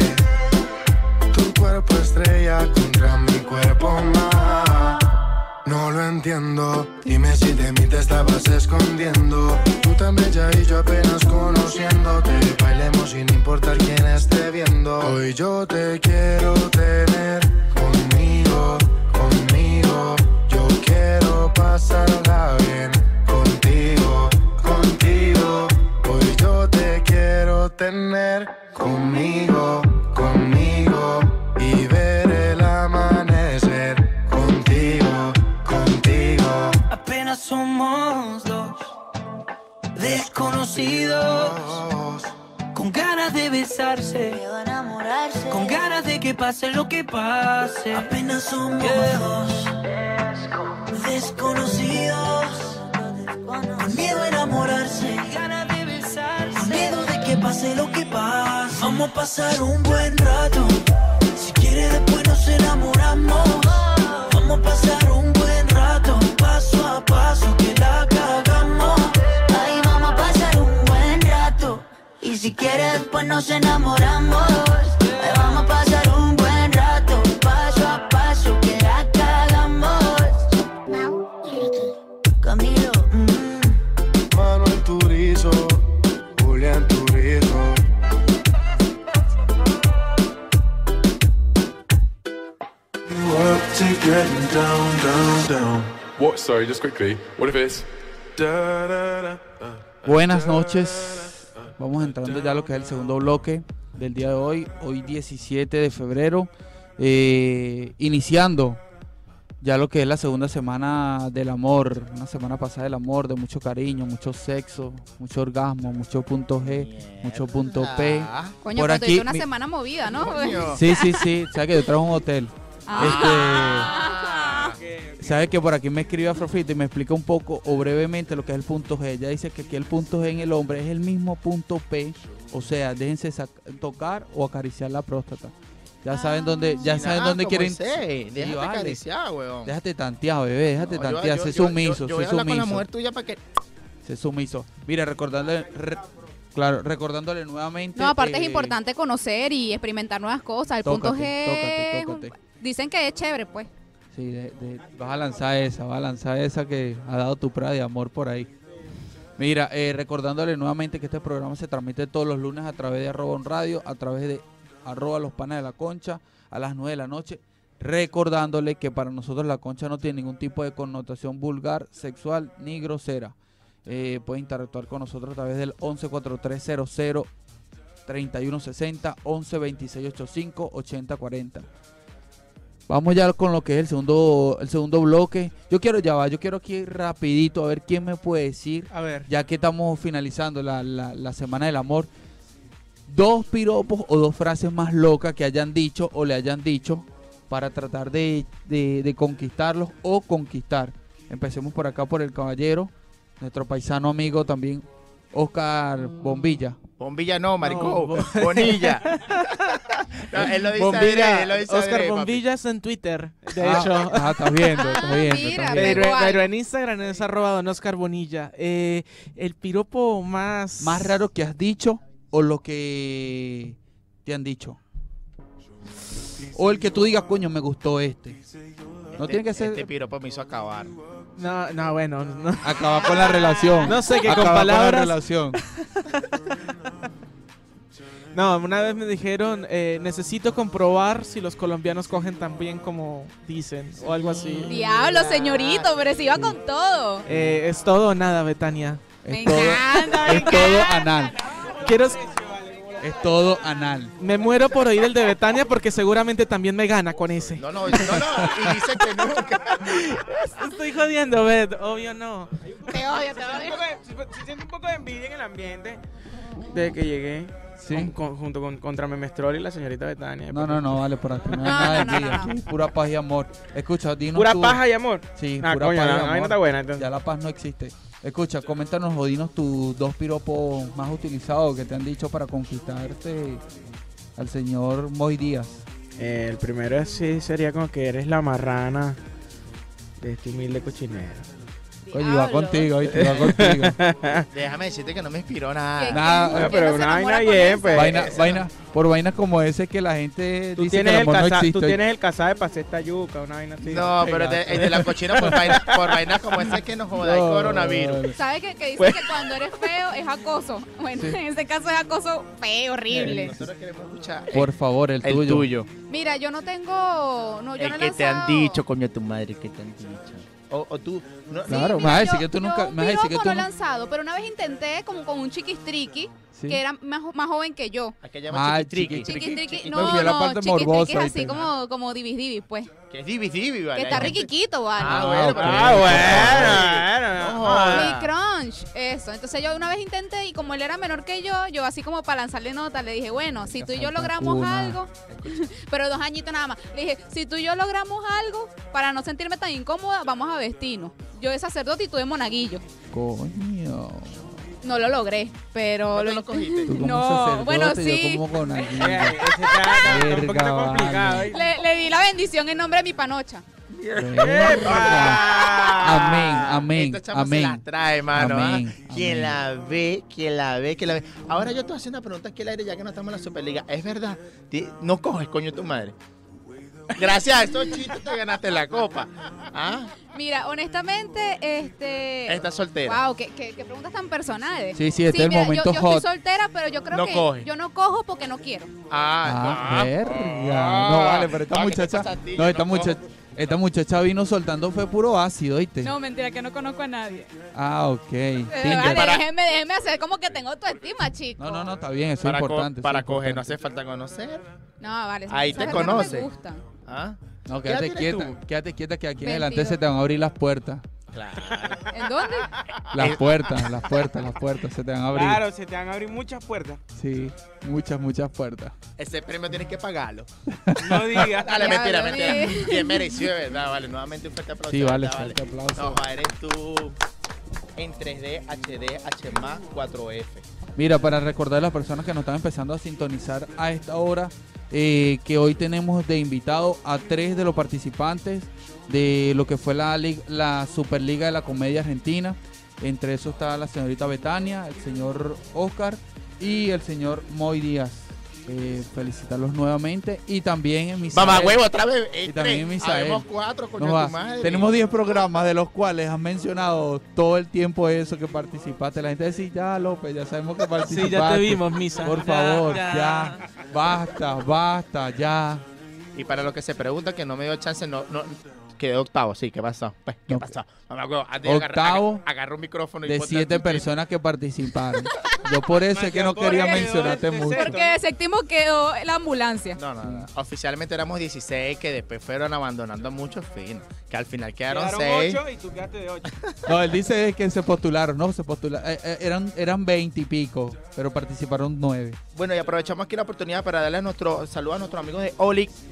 Tu cuerpo estrella contra mi cuerpo más. No lo entiendo, dime si de mí te estabas escondiendo. Tú tan bella y yo apenas conociéndote. Bailemos sin importar quién esté viendo. Hoy yo te quiero tener conmigo, conmigo. Yo quiero pasarla bien contigo, contigo. Hoy yo te quiero tener conmigo, conmigo. Y ver el amanecer contigo, contigo. Apenas somos dos desconocidos, con ganas de besarse, con ganas de que pase lo que pase. Apenas somos dos desconocidos, con miedo a enamorarse, ganas de besarse, con miedo de que pase lo que pase. Vamos a pasar un buen rato, si quiere después nos enamoramos. Vamos a pasar un buen rato, paso a paso que la cagamos. Ahí vamos a pasar un buen rato, y si quiere después nos enamoramos. Ahí vamos a pasar un buen rato, paso a paso que la cagamos. Camilo, Manuel Turizo, Julián Turizo. Up to getting down, down, down. What? Sorry, just quickly. What if it's da, da, da, Buenas noches. Vamos entrando ya a lo que es el segundo bloque del día de hoy. Hoy 17 de febrero. Iniciando ya lo que es la segunda semana del amor. Una semana pasada del amor, de mucho cariño, mucho sexo, mucho orgasmo, mucho punto G, mucho punto P. Coño, Por pero aquí, tuviste una semana movida, ¿no? Sí. Sabes que yo trabajo en un hotel. Sabes que por aquí me escribe Afrofita y me explica un poco o brevemente lo que es el punto G. Ella dice que aquí el punto G en el hombre es el mismo punto P. O sea, déjense tocar o acariciar la próstata. Ya saben dónde, quieren. Déjate vale. acariciar, weón. Déjate tantear, bebé, déjate tantear. Sé sumiso, yo voy a hablar con la mujer tuya para que... Sé sumiso. Mira, recordándole nuevamente. No, aparte es importante conocer y experimentar nuevas cosas. El punto G. Tócate. Dicen que es chévere, pues. Sí, vas a lanzar esa que ha dado tu prueba de amor por ahí. Mira, recordándole nuevamente que este programa se transmite todos los lunes a través de @onradio, a través de @los panas de la concha, a las 9 de la noche. Recordándole que para nosotros la concha no tiene ningún tipo de connotación vulgar, sexual ni grosera. Puede interactuar con nosotros a través del 114300 3160, 112685 8040. Vamos ya con lo que es el segundo bloque. Yo quiero aquí rapidito a ver quién me puede decir, A ver. ya que estamos finalizando la semana del amor, 2 piropos o 2 frases más locas que hayan dicho o le hayan dicho para tratar de conquistarlos o conquistar. Empecemos por acá por el caballero, nuestro paisano amigo también, Oscar Bombilla. Bombilla no, maricón. No, Bonilla. No, él lo dice Bombilla, adrede, él lo dice Oscar adrede, papi. Bombillas en Twitter, de hecho. Estás viendo, mira, estás viendo. Pero en Instagram es @ Oscar Bonilla. El piropo más... Más raro que has dicho o lo que te han dicho. O el que tú digas, coño, me gustó este. No tiene que ser Este piropo me hizo acabar. No, bueno. No, acabar con la relación. no sé, que con Acabar palabras... la relación. No, una vez me dijeron, necesito comprobar si los colombianos cogen tan bien como dicen, o algo así. Diablo, señorito, pero se iba con todo. Es todo o nada, Betania. Me Es todo, encanta, me es todo encanta. anal. Quiero... Es todo anal. Me muero por oír el de Betania porque seguramente también me gana con ese. No, y dice que nunca. Estoy jodiendo, Bet, obvio no. Te odio, te odio. Se siente un poco de envidia en el ambiente desde que llegué. Sí. Junto con contra Memestrol y la señorita Betania. No, vale, por aquí no hay No, nada de no, no, envidia, no. aquí pura paz y amor. Escucha, dinos Pura tú- paja y amor. Sí, Ah, pura coño, paz y la amor. vaina está buena, entonces. Ya la paz no existe. Escucha, coméntanos o dinos tus 2 piropos más utilizados que te han dicho para conquistarte al señor Moy Díaz. El primero sí sería como que eres la marrana de este humilde cochinero. Oye, iba Diablo. contigo, oíste, iba contigo. Déjame decirte que no me inspiró nada. ¿Qué- Nada, quién- quién pero no se una enamora vaina con bien, eso? pues. por vainas como ese que la gente Tú dice que tienes, el el amor no casa, existe. tú tienes el casabe para hacer esta yuca, una vaina así. No, pero el de la cochina por vainas como esa que nos joda el No, coronavirus. vale. ¿Sabes que dice Pues- que cuando eres feo es acoso? Bueno, Sí. en este caso es acoso feo, horrible. Nosotros queremos escuchar Por favor, el el tuyo. tuyo. Mira, yo no tengo... No, yo El no he que te han lanzado- dicho, coño, tu madre, que te han dicho. O tú. No, Sí, Claro, mira, me vas a decir yo- que tú yo nunca- un me vas a decir que piropo tú no he no- lanzado, pero una vez intenté como con un chiquistriqui Sí. que era más joven que yo. ¿A qué llama Ah, chiquitriqui? Chiquistriqui, Me no, fui a la no, parte chiquistriqui morbosa, es así ¿viste? como divis divis, pues. Que es divi, vale. Que está Hay gente- riquiquito, vale. Ah, Ah, bueno, ok. pero- Ah, bueno. No jodas. Mi crunch, eso. Entonces yo una vez intenté y como él era menor que yo así como para lanzarle nota, le dije, bueno, si tú y yo falta logramos una. algo, pero 2 añitos nada más, le dije, si tú y yo logramos algo, para no sentirme tan incómoda, vamos a vestirnos. Yo de sacerdote y tú de monaguillo. Coño. No lo logré, pero... ¿No te lo cogiste? Tú como No, sacerdote, bueno, yo sí. como con alguien. Ese está un Verga, poquito complicado. vale. ¿eh? Le di la bendición en nombre de mi panocha. Amén, Esta chama se la trae, mano. Amén, ¿ah? Quien amén. la ve. Ahora yo te voy a hacer una pregunta aquí al aire, ya que no estamos en la Superliga. ¿Es verdad? No coges, coño, tu madre. Gracias a estos chistes te ganaste la copa. ¿Ah? Mira, honestamente, Estás soltera. Wow, qué preguntas tan personales. Sí, este es el mira, momento yo hot. estoy soltera, pero yo creo No que coge. yo no cojo porque no quiero. Verga. No vale, pero esta ¿qué te muchacha. pasa a ti? No, Yo esta no cojo. muchacha. Esta muchacha vino soltando fue puro ácido, ¿oíste? No, mentira, que no conozco a nadie. Ah, ok. Vale, Tinder. déjeme hacer como que tengo autoestima, chico. No, está bien, eso es importante. eso Para es coger no importante. hace falta conocer. No, vale. Ahí esas te cosas no me conoce. gustan. ¿Ah? No, ¿Qué edad quédate tienes quieta, tú? quédate quieta que aquí en 22. adelante se te van a abrir las puertas. Claro. ¿En dónde? Las puertas, se te van a abrir. Claro, se te van a abrir muchas puertas. Sí, muchas puertas. Ese premio tienes que pagarlo. No digas. Dale, Diablo, mentira. sí. Bien merecido, de verdad, vale. Nuevamente un fuerte aplauso. Sí, de vale, verdad, fuerte aplauso. No, eres tú en 3D, HD, HMA, 4F. Mira, para recordar a las personas que nos están empezando a sintonizar a esta hora, que hoy tenemos de invitado a 3 de los participantes de lo que fue la Superliga de la Comedia Argentina. Entre esos está la señorita Betania, el señor Oscar y el señor Moy Díaz. Felicitarlos nuevamente. Y también en Misael. Mamá huevo, otra vez. Y también en Misael. Habemos 4, coño, No va. tu madre. Tenemos 10 programas de los cuales has mencionado todo el tiempo eso que participaste. La gente dice, ya López, ya sabemos que participaste. Sí, ya te vimos, Misa. Por Ya, favor, ya. ya. Basta, ya. Y para los que se preguntan que no me dio chance, no quedé octavo, sí, ¿qué pasó? Pues, ¿qué No. pasó? Mamá huevo, antes de Octavo agarró un micrófono y De ponte 7 tu chiste. personas que participaron. Yo por eso es que no quería mencionarte mucho. Porque de séptimo quedó la ambulancia. No. Oficialmente éramos 16 que después fueron abandonando muchos finos. Que al final quedaron Quedaron 6. 8 y tú quedaste de 8. No, él dice que se postularon, no, se postularon. Eran 20 y pico, pero participaron 9. Bueno, y aprovechamos aquí la oportunidad para darle nuestro saludo a nuestros amigos de Oli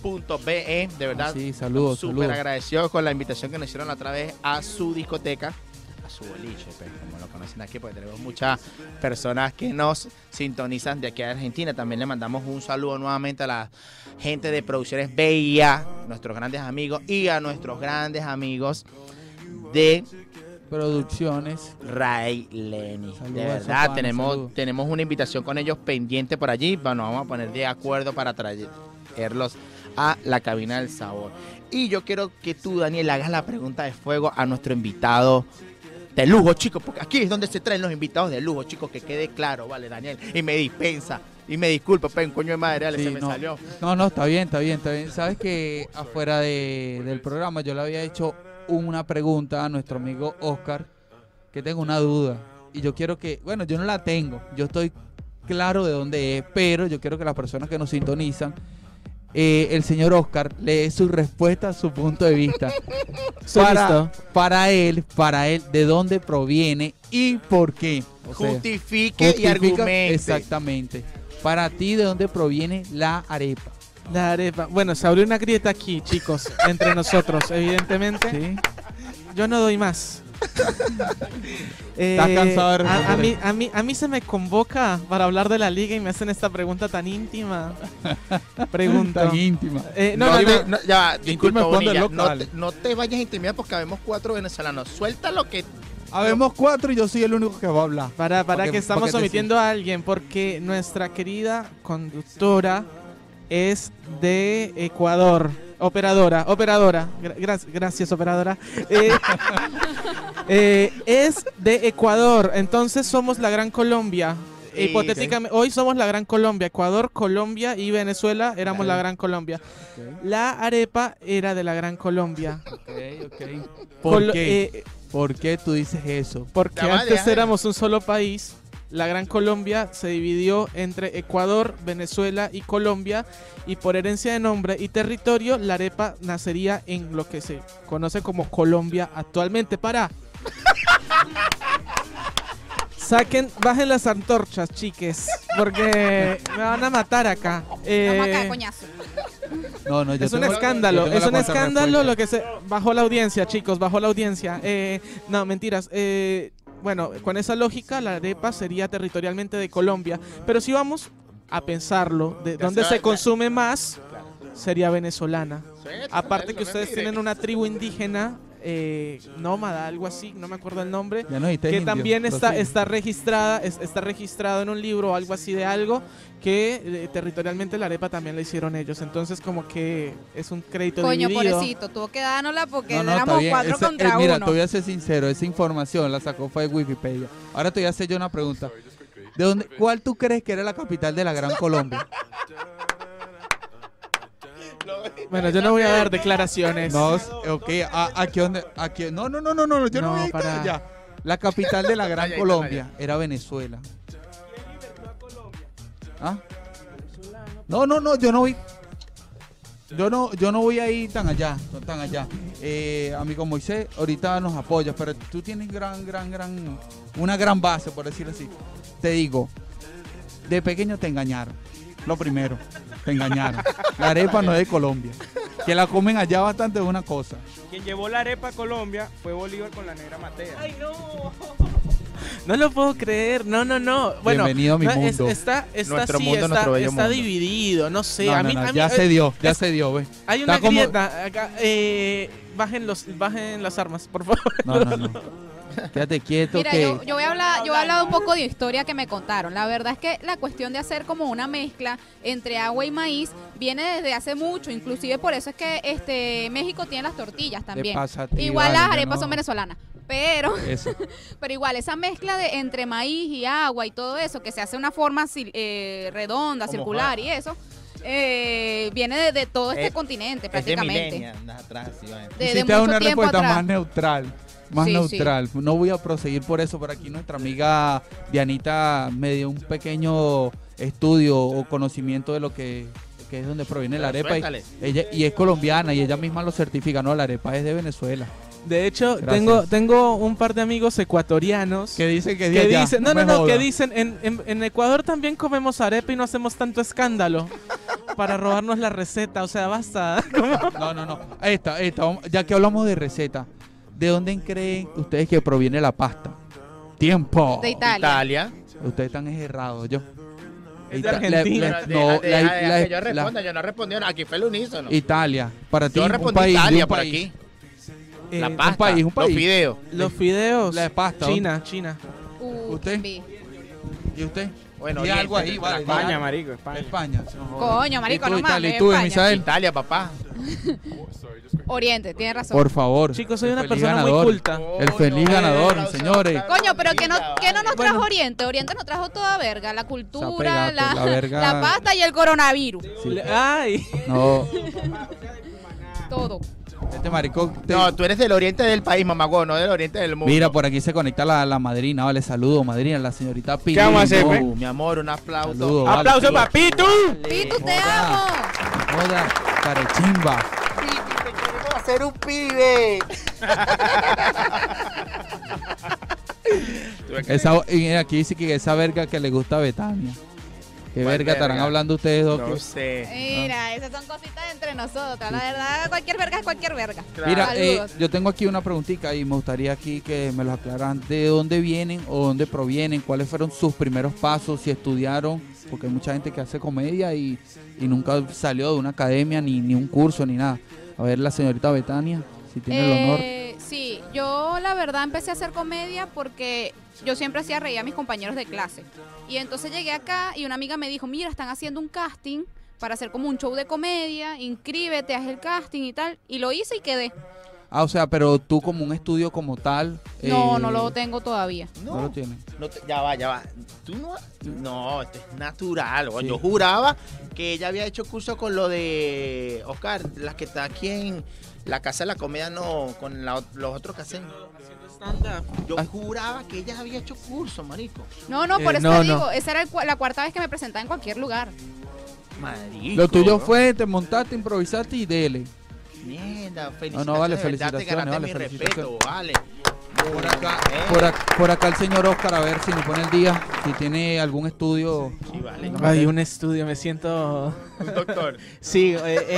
Club.be, de verdad. Sí, saludos, Súper saludos. agradecidos con la invitación que nos hicieron otra vez a su discoteca, a su boliche, pues, como lo conocen aquí, porque tenemos muchas personas que nos sintonizan de aquí a Argentina. También le mandamos un saludo nuevamente a la gente de Producciones BIA, nuestros grandes amigos, y a nuestros grandes amigos de Producciones. Ray Lenny. Saludos De a esos verdad, panas, saludos. tenemos una invitación con ellos pendiente por allí. Bueno, vamos a poner de acuerdo para traerlos a la cabina del sabor. Y yo quiero que tú, Daniel, hagas la pregunta de fuego a nuestro invitado de lujo, chicos, porque aquí es donde se traen los invitados de lujo, chicos, que quede claro, vale, Daniel. Y me dispensa, y me disculpa, pues, coño de madre, dale, Sí, se me no. salió. No, está bien. Sabes que afuera del programa yo le había hecho una pregunta a nuestro amigo Oscar, que tengo una duda. Y yo quiero que, bueno, yo no la tengo, yo estoy claro de dónde es, pero yo quiero que las personas que nos sintonizan, el señor Oscar le dé su respuesta a su punto de vista. Estoy listo. Para él, de dónde proviene y por qué. O sea, Justifique y argumente. Exactamente. Para ti, ¿de dónde proviene la arepa? La arepa. Bueno, se abrió una grieta aquí, chicos, entre nosotros, evidentemente. ¿Sí? Yo no doy más. ¿Estás cansado de responder? a mí se me convoca para hablar de la liga y me hacen esta pregunta tan íntima. Pregunto. Tan íntima. Ya va, disculpa, me responde Bonilla, local. no te vayas a intimidar porque habemos 4 venezolanos. Suelta lo que... Habemos 4 y yo soy el único que va a hablar. Para que estamos te omitiendo a alguien, porque nuestra querida conductora es de Ecuador. Operadora. Gracias, operadora. Es de Ecuador, entonces somos la Gran Colombia. Sí, Hipotéticamente, hoy somos la Gran Colombia. Ecuador, Colombia y Venezuela éramos la Gran Colombia. La arepa era de la Gran Colombia. ¿Por qué? ¿Por qué tú dices eso? Porque Ya va, antes ya. éramos un solo país. La Gran Colombia se dividió entre Ecuador, Venezuela y Colombia, y por herencia de nombre y territorio, la arepa nacería en lo que se conoce como Colombia actualmente. Bajen las antorchas, chiques, porque me van a matar acá. Vamos acá, coñazo. No, yo Es un tengo- escándalo, yo tengo es la un escándalo contrarrespuesta. lo que se... Bajó la audiencia, chicos, bajó la audiencia. No, mentiras. Bueno, con esa lógica, la arepa sería territorialmente de Colombia. Pero si vamos a pensarlo, de Ya dónde se va, se ya. consume más, sería venezolana. Suelta, Aparte suelta, que ustedes mire. tienen una tribu indígena, nómada, algo así, no me acuerdo el nombre, Ya no dijiste que indio, también lo siento. está registrado en un libro o algo así de algo, que territorialmente la arepa también la hicieron ellos. Entonces como que es un crédito Coño, dividido. pobrecito, tuvo que dárnosla porque No, está éramos bien. 4 Ese- contra mira, 1. te voy a ser sincero, esa información la sacó fue de Wikipedia. Ahora te voy a hacer yo una pregunta. ¿Cuál tú crees que era la capital de la Gran Colombia? Bueno, yo no voy a dar declaraciones. No, ok, aquí donde, aquí, no, yo no No, voy a ir para- allá. La capital de la Gran Allá, Colombia era Venezuela. ¿Ah? No, yo no voy. Yo no voy a ir tan allá. Amigo Moisés, ahorita nos apoyas, pero tú tienes una gran base, por decirlo así. Te digo, de pequeño te engañaron. Lo primero, te engañaron. La arepa no es de Colombia. Que la comen allá bastante es una cosa. Quien llevó la arepa a Colombia fue Bolívar con la negra Matea. No lo puedo creer, no. Bueno, Bienvenido a mi no, mundo. Está Nuestro sí, mundo, está, nuestro bello está mundo. dividido, no sé. No, a no, mí, no, a mí- ya se dio, ve. Hay una Está como- grieta acá. Bajen las armas, por favor. No. Quédate quieto Mira, que... yo voy a hablar un poco de historia que me contaron. La verdad es que la cuestión de hacer como una mezcla entre agua y maíz viene desde hace mucho. Inclusive por eso es que México tiene las tortillas también. pasa a ti, Igual vale, las yo arepas no. son venezolanas. Pero Eso. igual, esa mezcla de entre maíz y agua y todo eso, que se hace una forma redonda, Como circular y eso, viene de todo este continente Es de prácticamente. millennial, andas atrás, así, vaina. De Hiciste mucho una tiempo respuesta atrás. más neutral. Más Sí, neutral. No voy a proseguir por eso, pero aquí nuestra amiga Dianita me dio un pequeño estudio o conocimiento de lo que es donde proviene la Pero arepa. suéltale. Y es colombiana y ella misma lo certifica. No, la arepa es de Venezuela. De hecho, Gracias. tengo un par de amigos ecuatorianos Que dicen que, que de allá. dicen, me que jodas. dicen, en Ecuador también comemos arepa y no hacemos tanto escándalo. para robarnos la receta, o sea, basta. No. Esta, ya que hablamos de receta, ¿de dónde creen ustedes que proviene la pasta? Tiempo. De Italia. Italia. Ustedes están errados, yo. Es de Argentina. Que yo responda, yo no respondí. Aquí fue el unísono. Italia. Para ti, Yo un respondí país, Italia de un por país. aquí. Eh, La pasta, país, un país. los fideos. Los fideos. La pasta. China. ¿Usted? vi. ¿Y usted? Bueno, Y algo ahí, vale. España, marico, España. España. Coño, marico, no Italia, mames, ¿y tú, España. Misael? Italia, papá. Oriente, tienes razón. Por favor. Chicos, soy El una feliz persona muy ganador. culta. El feliz ganador, aplauso. señores. Coño, pero ¿qué no nos trajo Bueno. Oriente? Oriente nos trajo toda verga. La cultura, Sape gato, la verga. la pasta y el coronavirus. Ay. No, Todo. este maricón. No, tú eres del oriente del país, mamagüey, no del oriente del mundo. Mira, por aquí se conecta la madrina. Vale, saludo, madrina, la señorita Pili. vamos a hacer, No, pues? Mi amor, un aplauso. Saludo, vale. ¡Aplauso, papito! Pitu, te Joda. amo. Joda, carechimba. Queremos hacer un pibe. Y mira, aquí dice que esa verga que le gusta a Betania. ¿Qué ¿Cuál verga estarán verga? hablando ustedes dos? No sé. Mira, esas son cositas entre nosotros. La verdad, cualquier verga es cualquier verga. Mira, Saludos. yo tengo aquí una preguntita y me gustaría aquí que me lo aclararan. ¿De dónde vienen o dónde provienen? ¿Cuáles fueron sus primeros pasos? Si estudiaron, porque hay mucha gente que hace comedia y nunca salió de una academia, ni un curso, ni nada. A ver, la señorita Betania, si tiene el honor. Sí, yo la verdad empecé a hacer comedia porque yo siempre hacía reír a mis compañeros de clase. Y entonces llegué acá y una amiga me dijo, mira, están haciendo un casting para hacer como un show de comedia, inscríbete, haz el casting y tal. Y lo hice y quedé. Ah, o sea, pero tú como un estudio como tal. No lo tengo todavía. No lo tienes. Ya va. Tú no, esto es natural. Sí. Yo juraba que ella había hecho curso con lo de Oscar, las que está aquí en la Casa de la Comedia, no, con los otros que hacen. Yo juraba que ella había hecho curso, marico. No, por eso no, te no. digo, esa era la cuarta vez que me presentaba en cualquier lugar. Marico. Lo tuyo fue, te montaste, improvisaste y dele. Mierda, No, vale, de verdad, te felicitaciones, ganaste vale, mi felicitaciones. respeto, vale. Por acá, por acá el señor Oscar, a ver si nos pone el día, si tiene algún estudio. Sí, vale. Ay, un estudio, me siento... Un doctor. Sí,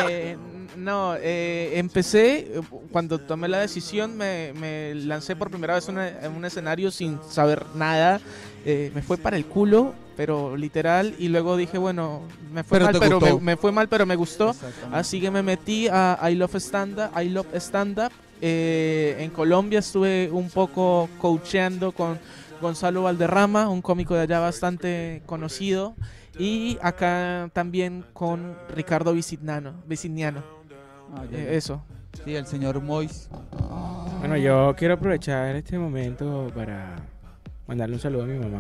empecé, cuando tomé la decisión, me lancé por primera vez en un escenario sin saber nada. Me fue para el culo, pero literal, y luego dije, bueno, me fue Pero mal, te pero gustó. me fue mal, pero me gustó. Exactamente. Así que me metí a I Love Stand Up. En Colombia estuve un poco coacheando con Gonzalo Valderrama, un cómico de allá bastante conocido. Y acá también con Ricardo Vicignano. Ah, ya, ya. Eso. Sí, el señor Mois. Bueno, yo quiero aprovechar este momento para mandarle un saludo a mi mamá.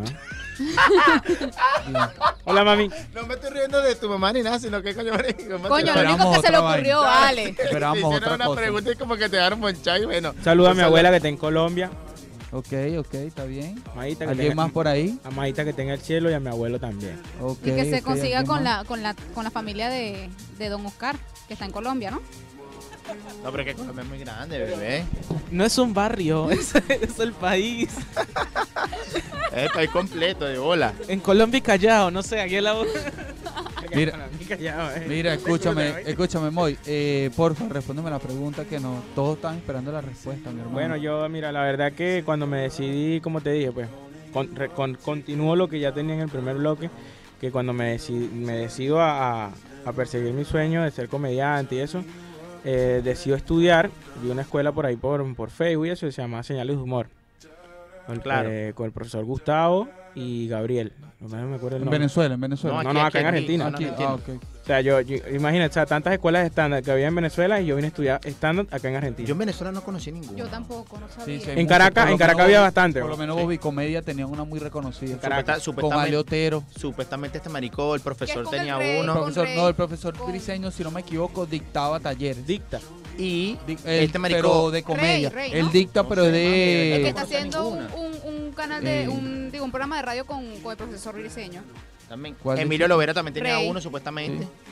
Hola, mami. No me estoy riendo de tu mamá ni nada, sino que coño, marico. Coño, lo Esperamos único que se le otra ocurrió, vaina. vale. Esperamos Te hicieron otra una cosa. pregunta y como que te dieron monchado y bueno. Saluda a Un mi saludo. abuela que está en Colombia. Ok, está bien. Maíta, que ¿Alguien tenga, más por ahí? a Maíta que tenga el cielo y a mi abuelo también. Ok, Y que se ok, consiga ¿alguien con más? con la familia de Don Oscar, que está en Colombia, ¿no? No, pero que Colombia es muy grande, bebé. No es un barrio, es el país. Es el país completo de bola. En Colombia y Callao, no sé, aquí en la... Mira, mira, escúchame, Moy. Porfa, respóndeme la pregunta que no, todos están esperando la respuesta, mi hermano. Bueno, yo, mira, la verdad que cuando me decidí, como te dije, pues, continúo lo que ya tenía en el primer bloque, que cuando me decido a perseguir mi sueño de ser comediante y eso, decido estudiar, vi una escuela por ahí por Facebook y eso, se llama Señales de Humor. Claro. Con el profesor Gustavo y Gabriel. No me acuerdo el En nombre. Venezuela. No, acá en Argentina. Aquí, Ok. O sea, yo imagínate, o sea, tantas escuelas de estándar que había en Venezuela y yo vine a estudiar estándar acá en Argentina. Yo en Venezuela no conocí ninguno. Yo tampoco, no sabía. Sí, En Caracas había bastante. Por lo menos Bobby Comedia tenían una muy reconocida. Caracas, Con supuestamente- Ale Otero. Supuestamente este marico, el profesor con el tenía rey? uno. Con Rey. El profesor Con- Briseño, si no me equivoco, dictaba talleres. Dicta. Y Este este marico. pero de comedia. Rey, Él ¿no? dicta, No pero sé, El que de... está no sé haciendo ninguna. un canal de, un programa de radio con el profesor Briseño. También. ¿Cuál Emilio dice? Lovera también tenía Rey. uno, supuestamente. Sí.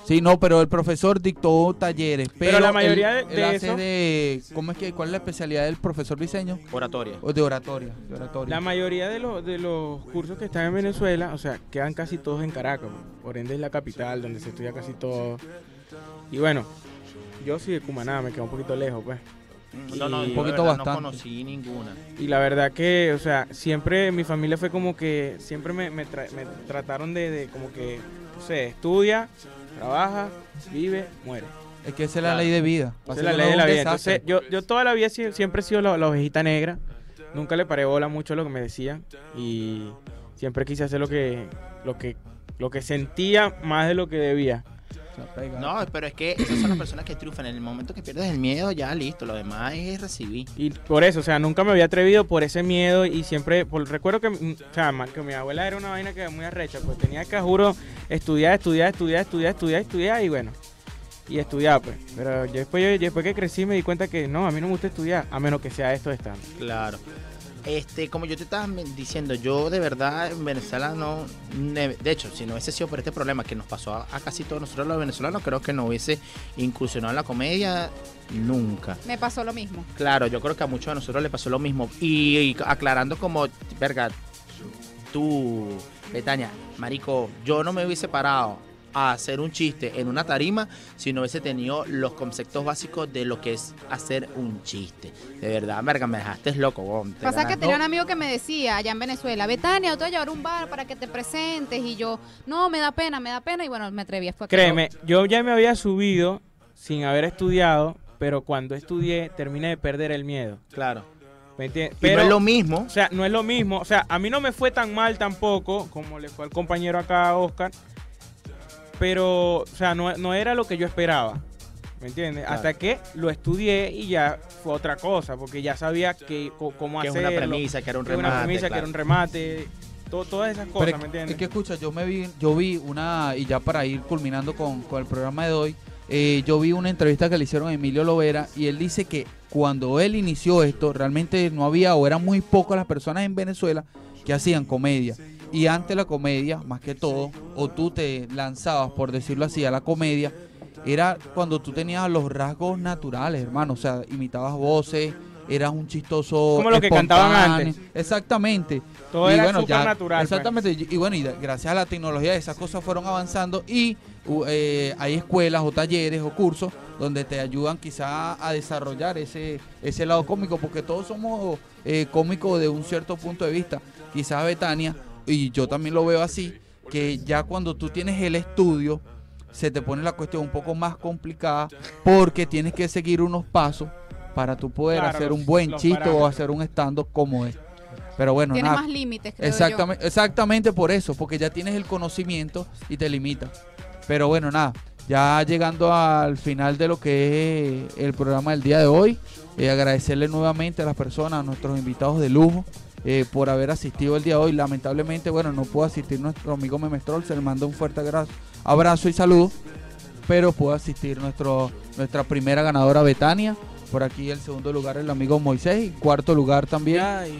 Sí, no, pero el profesor dictó talleres. Pero la mayoría él de hace eso... ¿cuál es la especialidad del profesor Briseño? Oratoria. De oratoria. La mayoría de los cursos que están en Venezuela, o sea, quedan casi todos en Caracas, por ende es la capital donde se estudia casi todo. Y bueno, yo soy de Cumaná, me queda un poquito lejos, pues. No, un yo poquito de verdad bastante. no conocí ninguna. Y la verdad que, o sea, siempre mi familia fue como que, siempre me trataron de como que, no sé, estudia, trabaja, vive, muere. Es que esa es la ley de vida. Esa es la ley de la vida. Entonces, yo toda la vida siempre he sido la ovejita negra. Nunca le paré bola mucho a lo que me decían. Y siempre quise hacer lo que sentía más de lo que debía. No, pero es que esas son las personas que triunfan. En el momento que pierdes el miedo, ya listo. Lo demás es recibir. Y por eso, o sea, nunca me había atrevido por ese miedo. Y siempre, recuerdo que, o sea, que mi abuela era una vaina que era muy arrecha. Pues tenía que, juro, estudiar. Y bueno, y estudiar, pues. Pero yo después que crecí me di cuenta que no, a mí no me gusta estudiar, a menos que sea esto de stand. Claro. Como yo te estaba diciendo, yo de verdad en Venezuela no... De hecho, si no hubiese sido por este problema que nos pasó a casi todos nosotros los venezolanos, creo que no hubiese incursionado en la comedia nunca. Me pasó lo mismo. Claro, yo creo que a muchos de nosotros le pasó lo mismo. Y aclarando como, verga, tú, Betania, marico, yo no me hubiese parado a hacer un chiste en una tarima si no hubiese tenido los conceptos básicos de lo que es hacer un chiste. De verdad, verga, me dejaste loco. Pasa que tenía un amigo que me decía allá en Venezuela, Betania, yo te voy a llevar a un bar para que te presentes, y yo, no, me da pena, y bueno, me atreví. Créeme, yo ya me había subido sin haber estudiado, pero cuando estudié terminé de perder el miedo. Claro. ¿Me entiendes? Pero no es lo mismo. O sea, no es lo mismo. O sea, a mí no me fue tan mal tampoco como le fue al compañero acá, Oscar. Pero, o sea, no era lo que yo esperaba, ¿me entiendes? Claro. Hasta que lo estudié y ya fue otra cosa, porque ya sabía cómo que hacerlo. Es una premisa, que era un remate. Una premisa, claro. que era un remate, todas esas cosas, Pero ¿me entiendes? Es que escucha, yo vi una, y ya para ir culminando con el programa de hoy, yo vi una entrevista que le hicieron a Emilio Lovera, y él dice que cuando él inició esto, realmente no había, o eran muy pocas las personas en Venezuela que hacían comedia. Y antes la comedia, más que todo, o tú te lanzabas, por decirlo así, a la comedia, era cuando tú tenías los rasgos naturales, hermano. O sea, imitabas voces, eras un chistoso como lo que cantaban antes. Exactamente. Todo y era bueno, súper natural. Exactamente. Pues. Y bueno, y gracias a la tecnología esas cosas fueron avanzando, y hay escuelas o talleres o cursos donde te ayudan quizás a desarrollar ese lado cómico, porque todos somos cómicos de un cierto punto de vista. Quizás Betania, y yo también lo veo así, que ya cuando tú tienes el estudio, se te pone la cuestión un poco más complicada, porque tienes que seguir unos pasos para tú poder hacer un buen chiste o hacer un stand-up como es. Pero bueno, tiene nada. más límites, creo Exactamente por eso, porque ya tienes el conocimiento y te limita. Pero bueno, nada, ya llegando al final de lo que es el programa del día de hoy, agradecerle nuevamente a las personas, a nuestros invitados de lujo, por haber asistido el día de hoy. Lamentablemente, bueno, no pudo asistir nuestro amigo Memestrol, se le manda un fuerte abrazo y saludo, pero pudo asistir nuestra primera ganadora Betania, por aquí el segundo lugar el amigo Moisés, y cuarto lugar también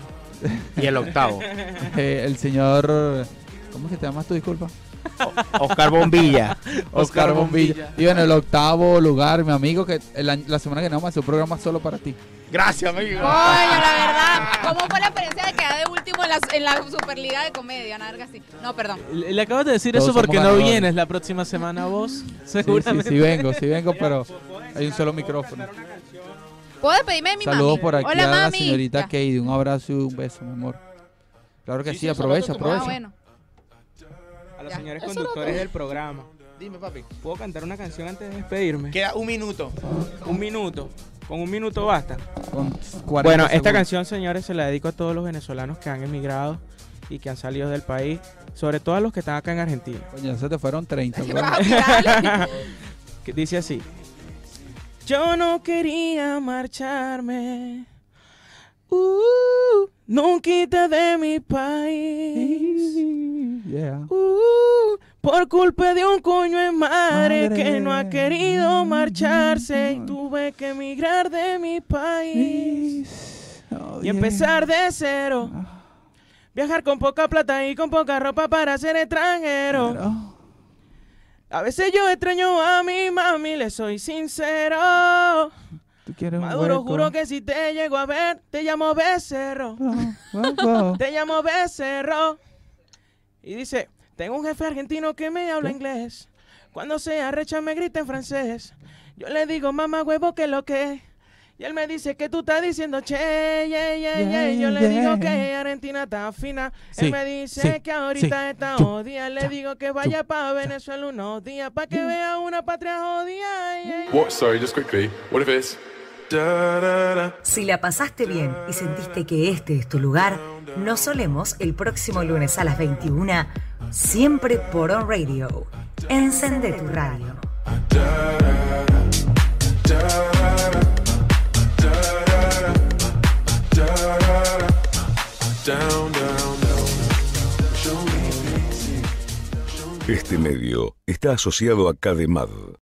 y el octavo el señor, ¿cómo que te llamas tú? Disculpa. Oscar Bombilla. Oscar Bombilla. Y en el octavo lugar, mi amigo, que la semana que vamos a hacer un programa solo para ti. Gracias, amigo. Coño, la verdad. ¿Cómo fue la experiencia de quedar de último en la Superliga de Comedia? Una verga así. No, perdón. Le acabas de decir Todos eso porque somos no ganadores. vienes la próxima semana vos. Seguramente. Sí vengo, pero hay un solo micrófono. ¿Puedo despedirme de mi mami? Saludos por aquí Hola, a la mami. señorita Ya. Katie, un abrazo y un beso, mi amor. Claro que sí, aprovecha. Ah, bueno. A los Ya. señores Eso conductores del programa. Dime, papi. ¿Puedo cantar una canción antes de despedirme? Queda un minuto. Un minuto. Con un minuto basta. Con 40 Bueno, esta segundos. canción, señores, se la dedico a todos los venezolanos que han emigrado y que han salido del país, sobre todo a los que están acá en Argentina. Coño, ya se te fueron 30. ¿Qué bueno. vas a tirar? Que dice así: yo no quería marcharme, nunca de mi país, Yeah. por culpa de un coño de madre Madre. que no ha querido marcharse, y tuve que emigrar de mi país Oh, y empezar de cero, viajar con poca plata y con poca ropa para ser extranjero. A veces yo extraño a mi mami, le soy sincero. Tú quieres un Maduro, hueco. juro que si te llego a ver, te llamo becerro. Te llamo becerro. Y dice, tengo un jefe argentino que me habla inglés. Cuando se arrecha me grita en francés. Yo le digo, mamá huevo, ¿qué lo que es? Y él me dice que tú estás diciendo, che, ye. Yo le digo que Argentina está fina. Sí, Él me dice sí, que ahorita sí. está Chu, jodida. Le digo que vaya para Venezuela unos días para que vea una patria jodida. What? Sorry, just quickly. What if it's da da da? Si la pasaste bien y sentiste que este es tu lugar, nos solemos el próximo lunes a las 21, siempre por On Radio. Encende tu radio. Down, down, down. Show me pity. Este medio está asociado a CADEMAD,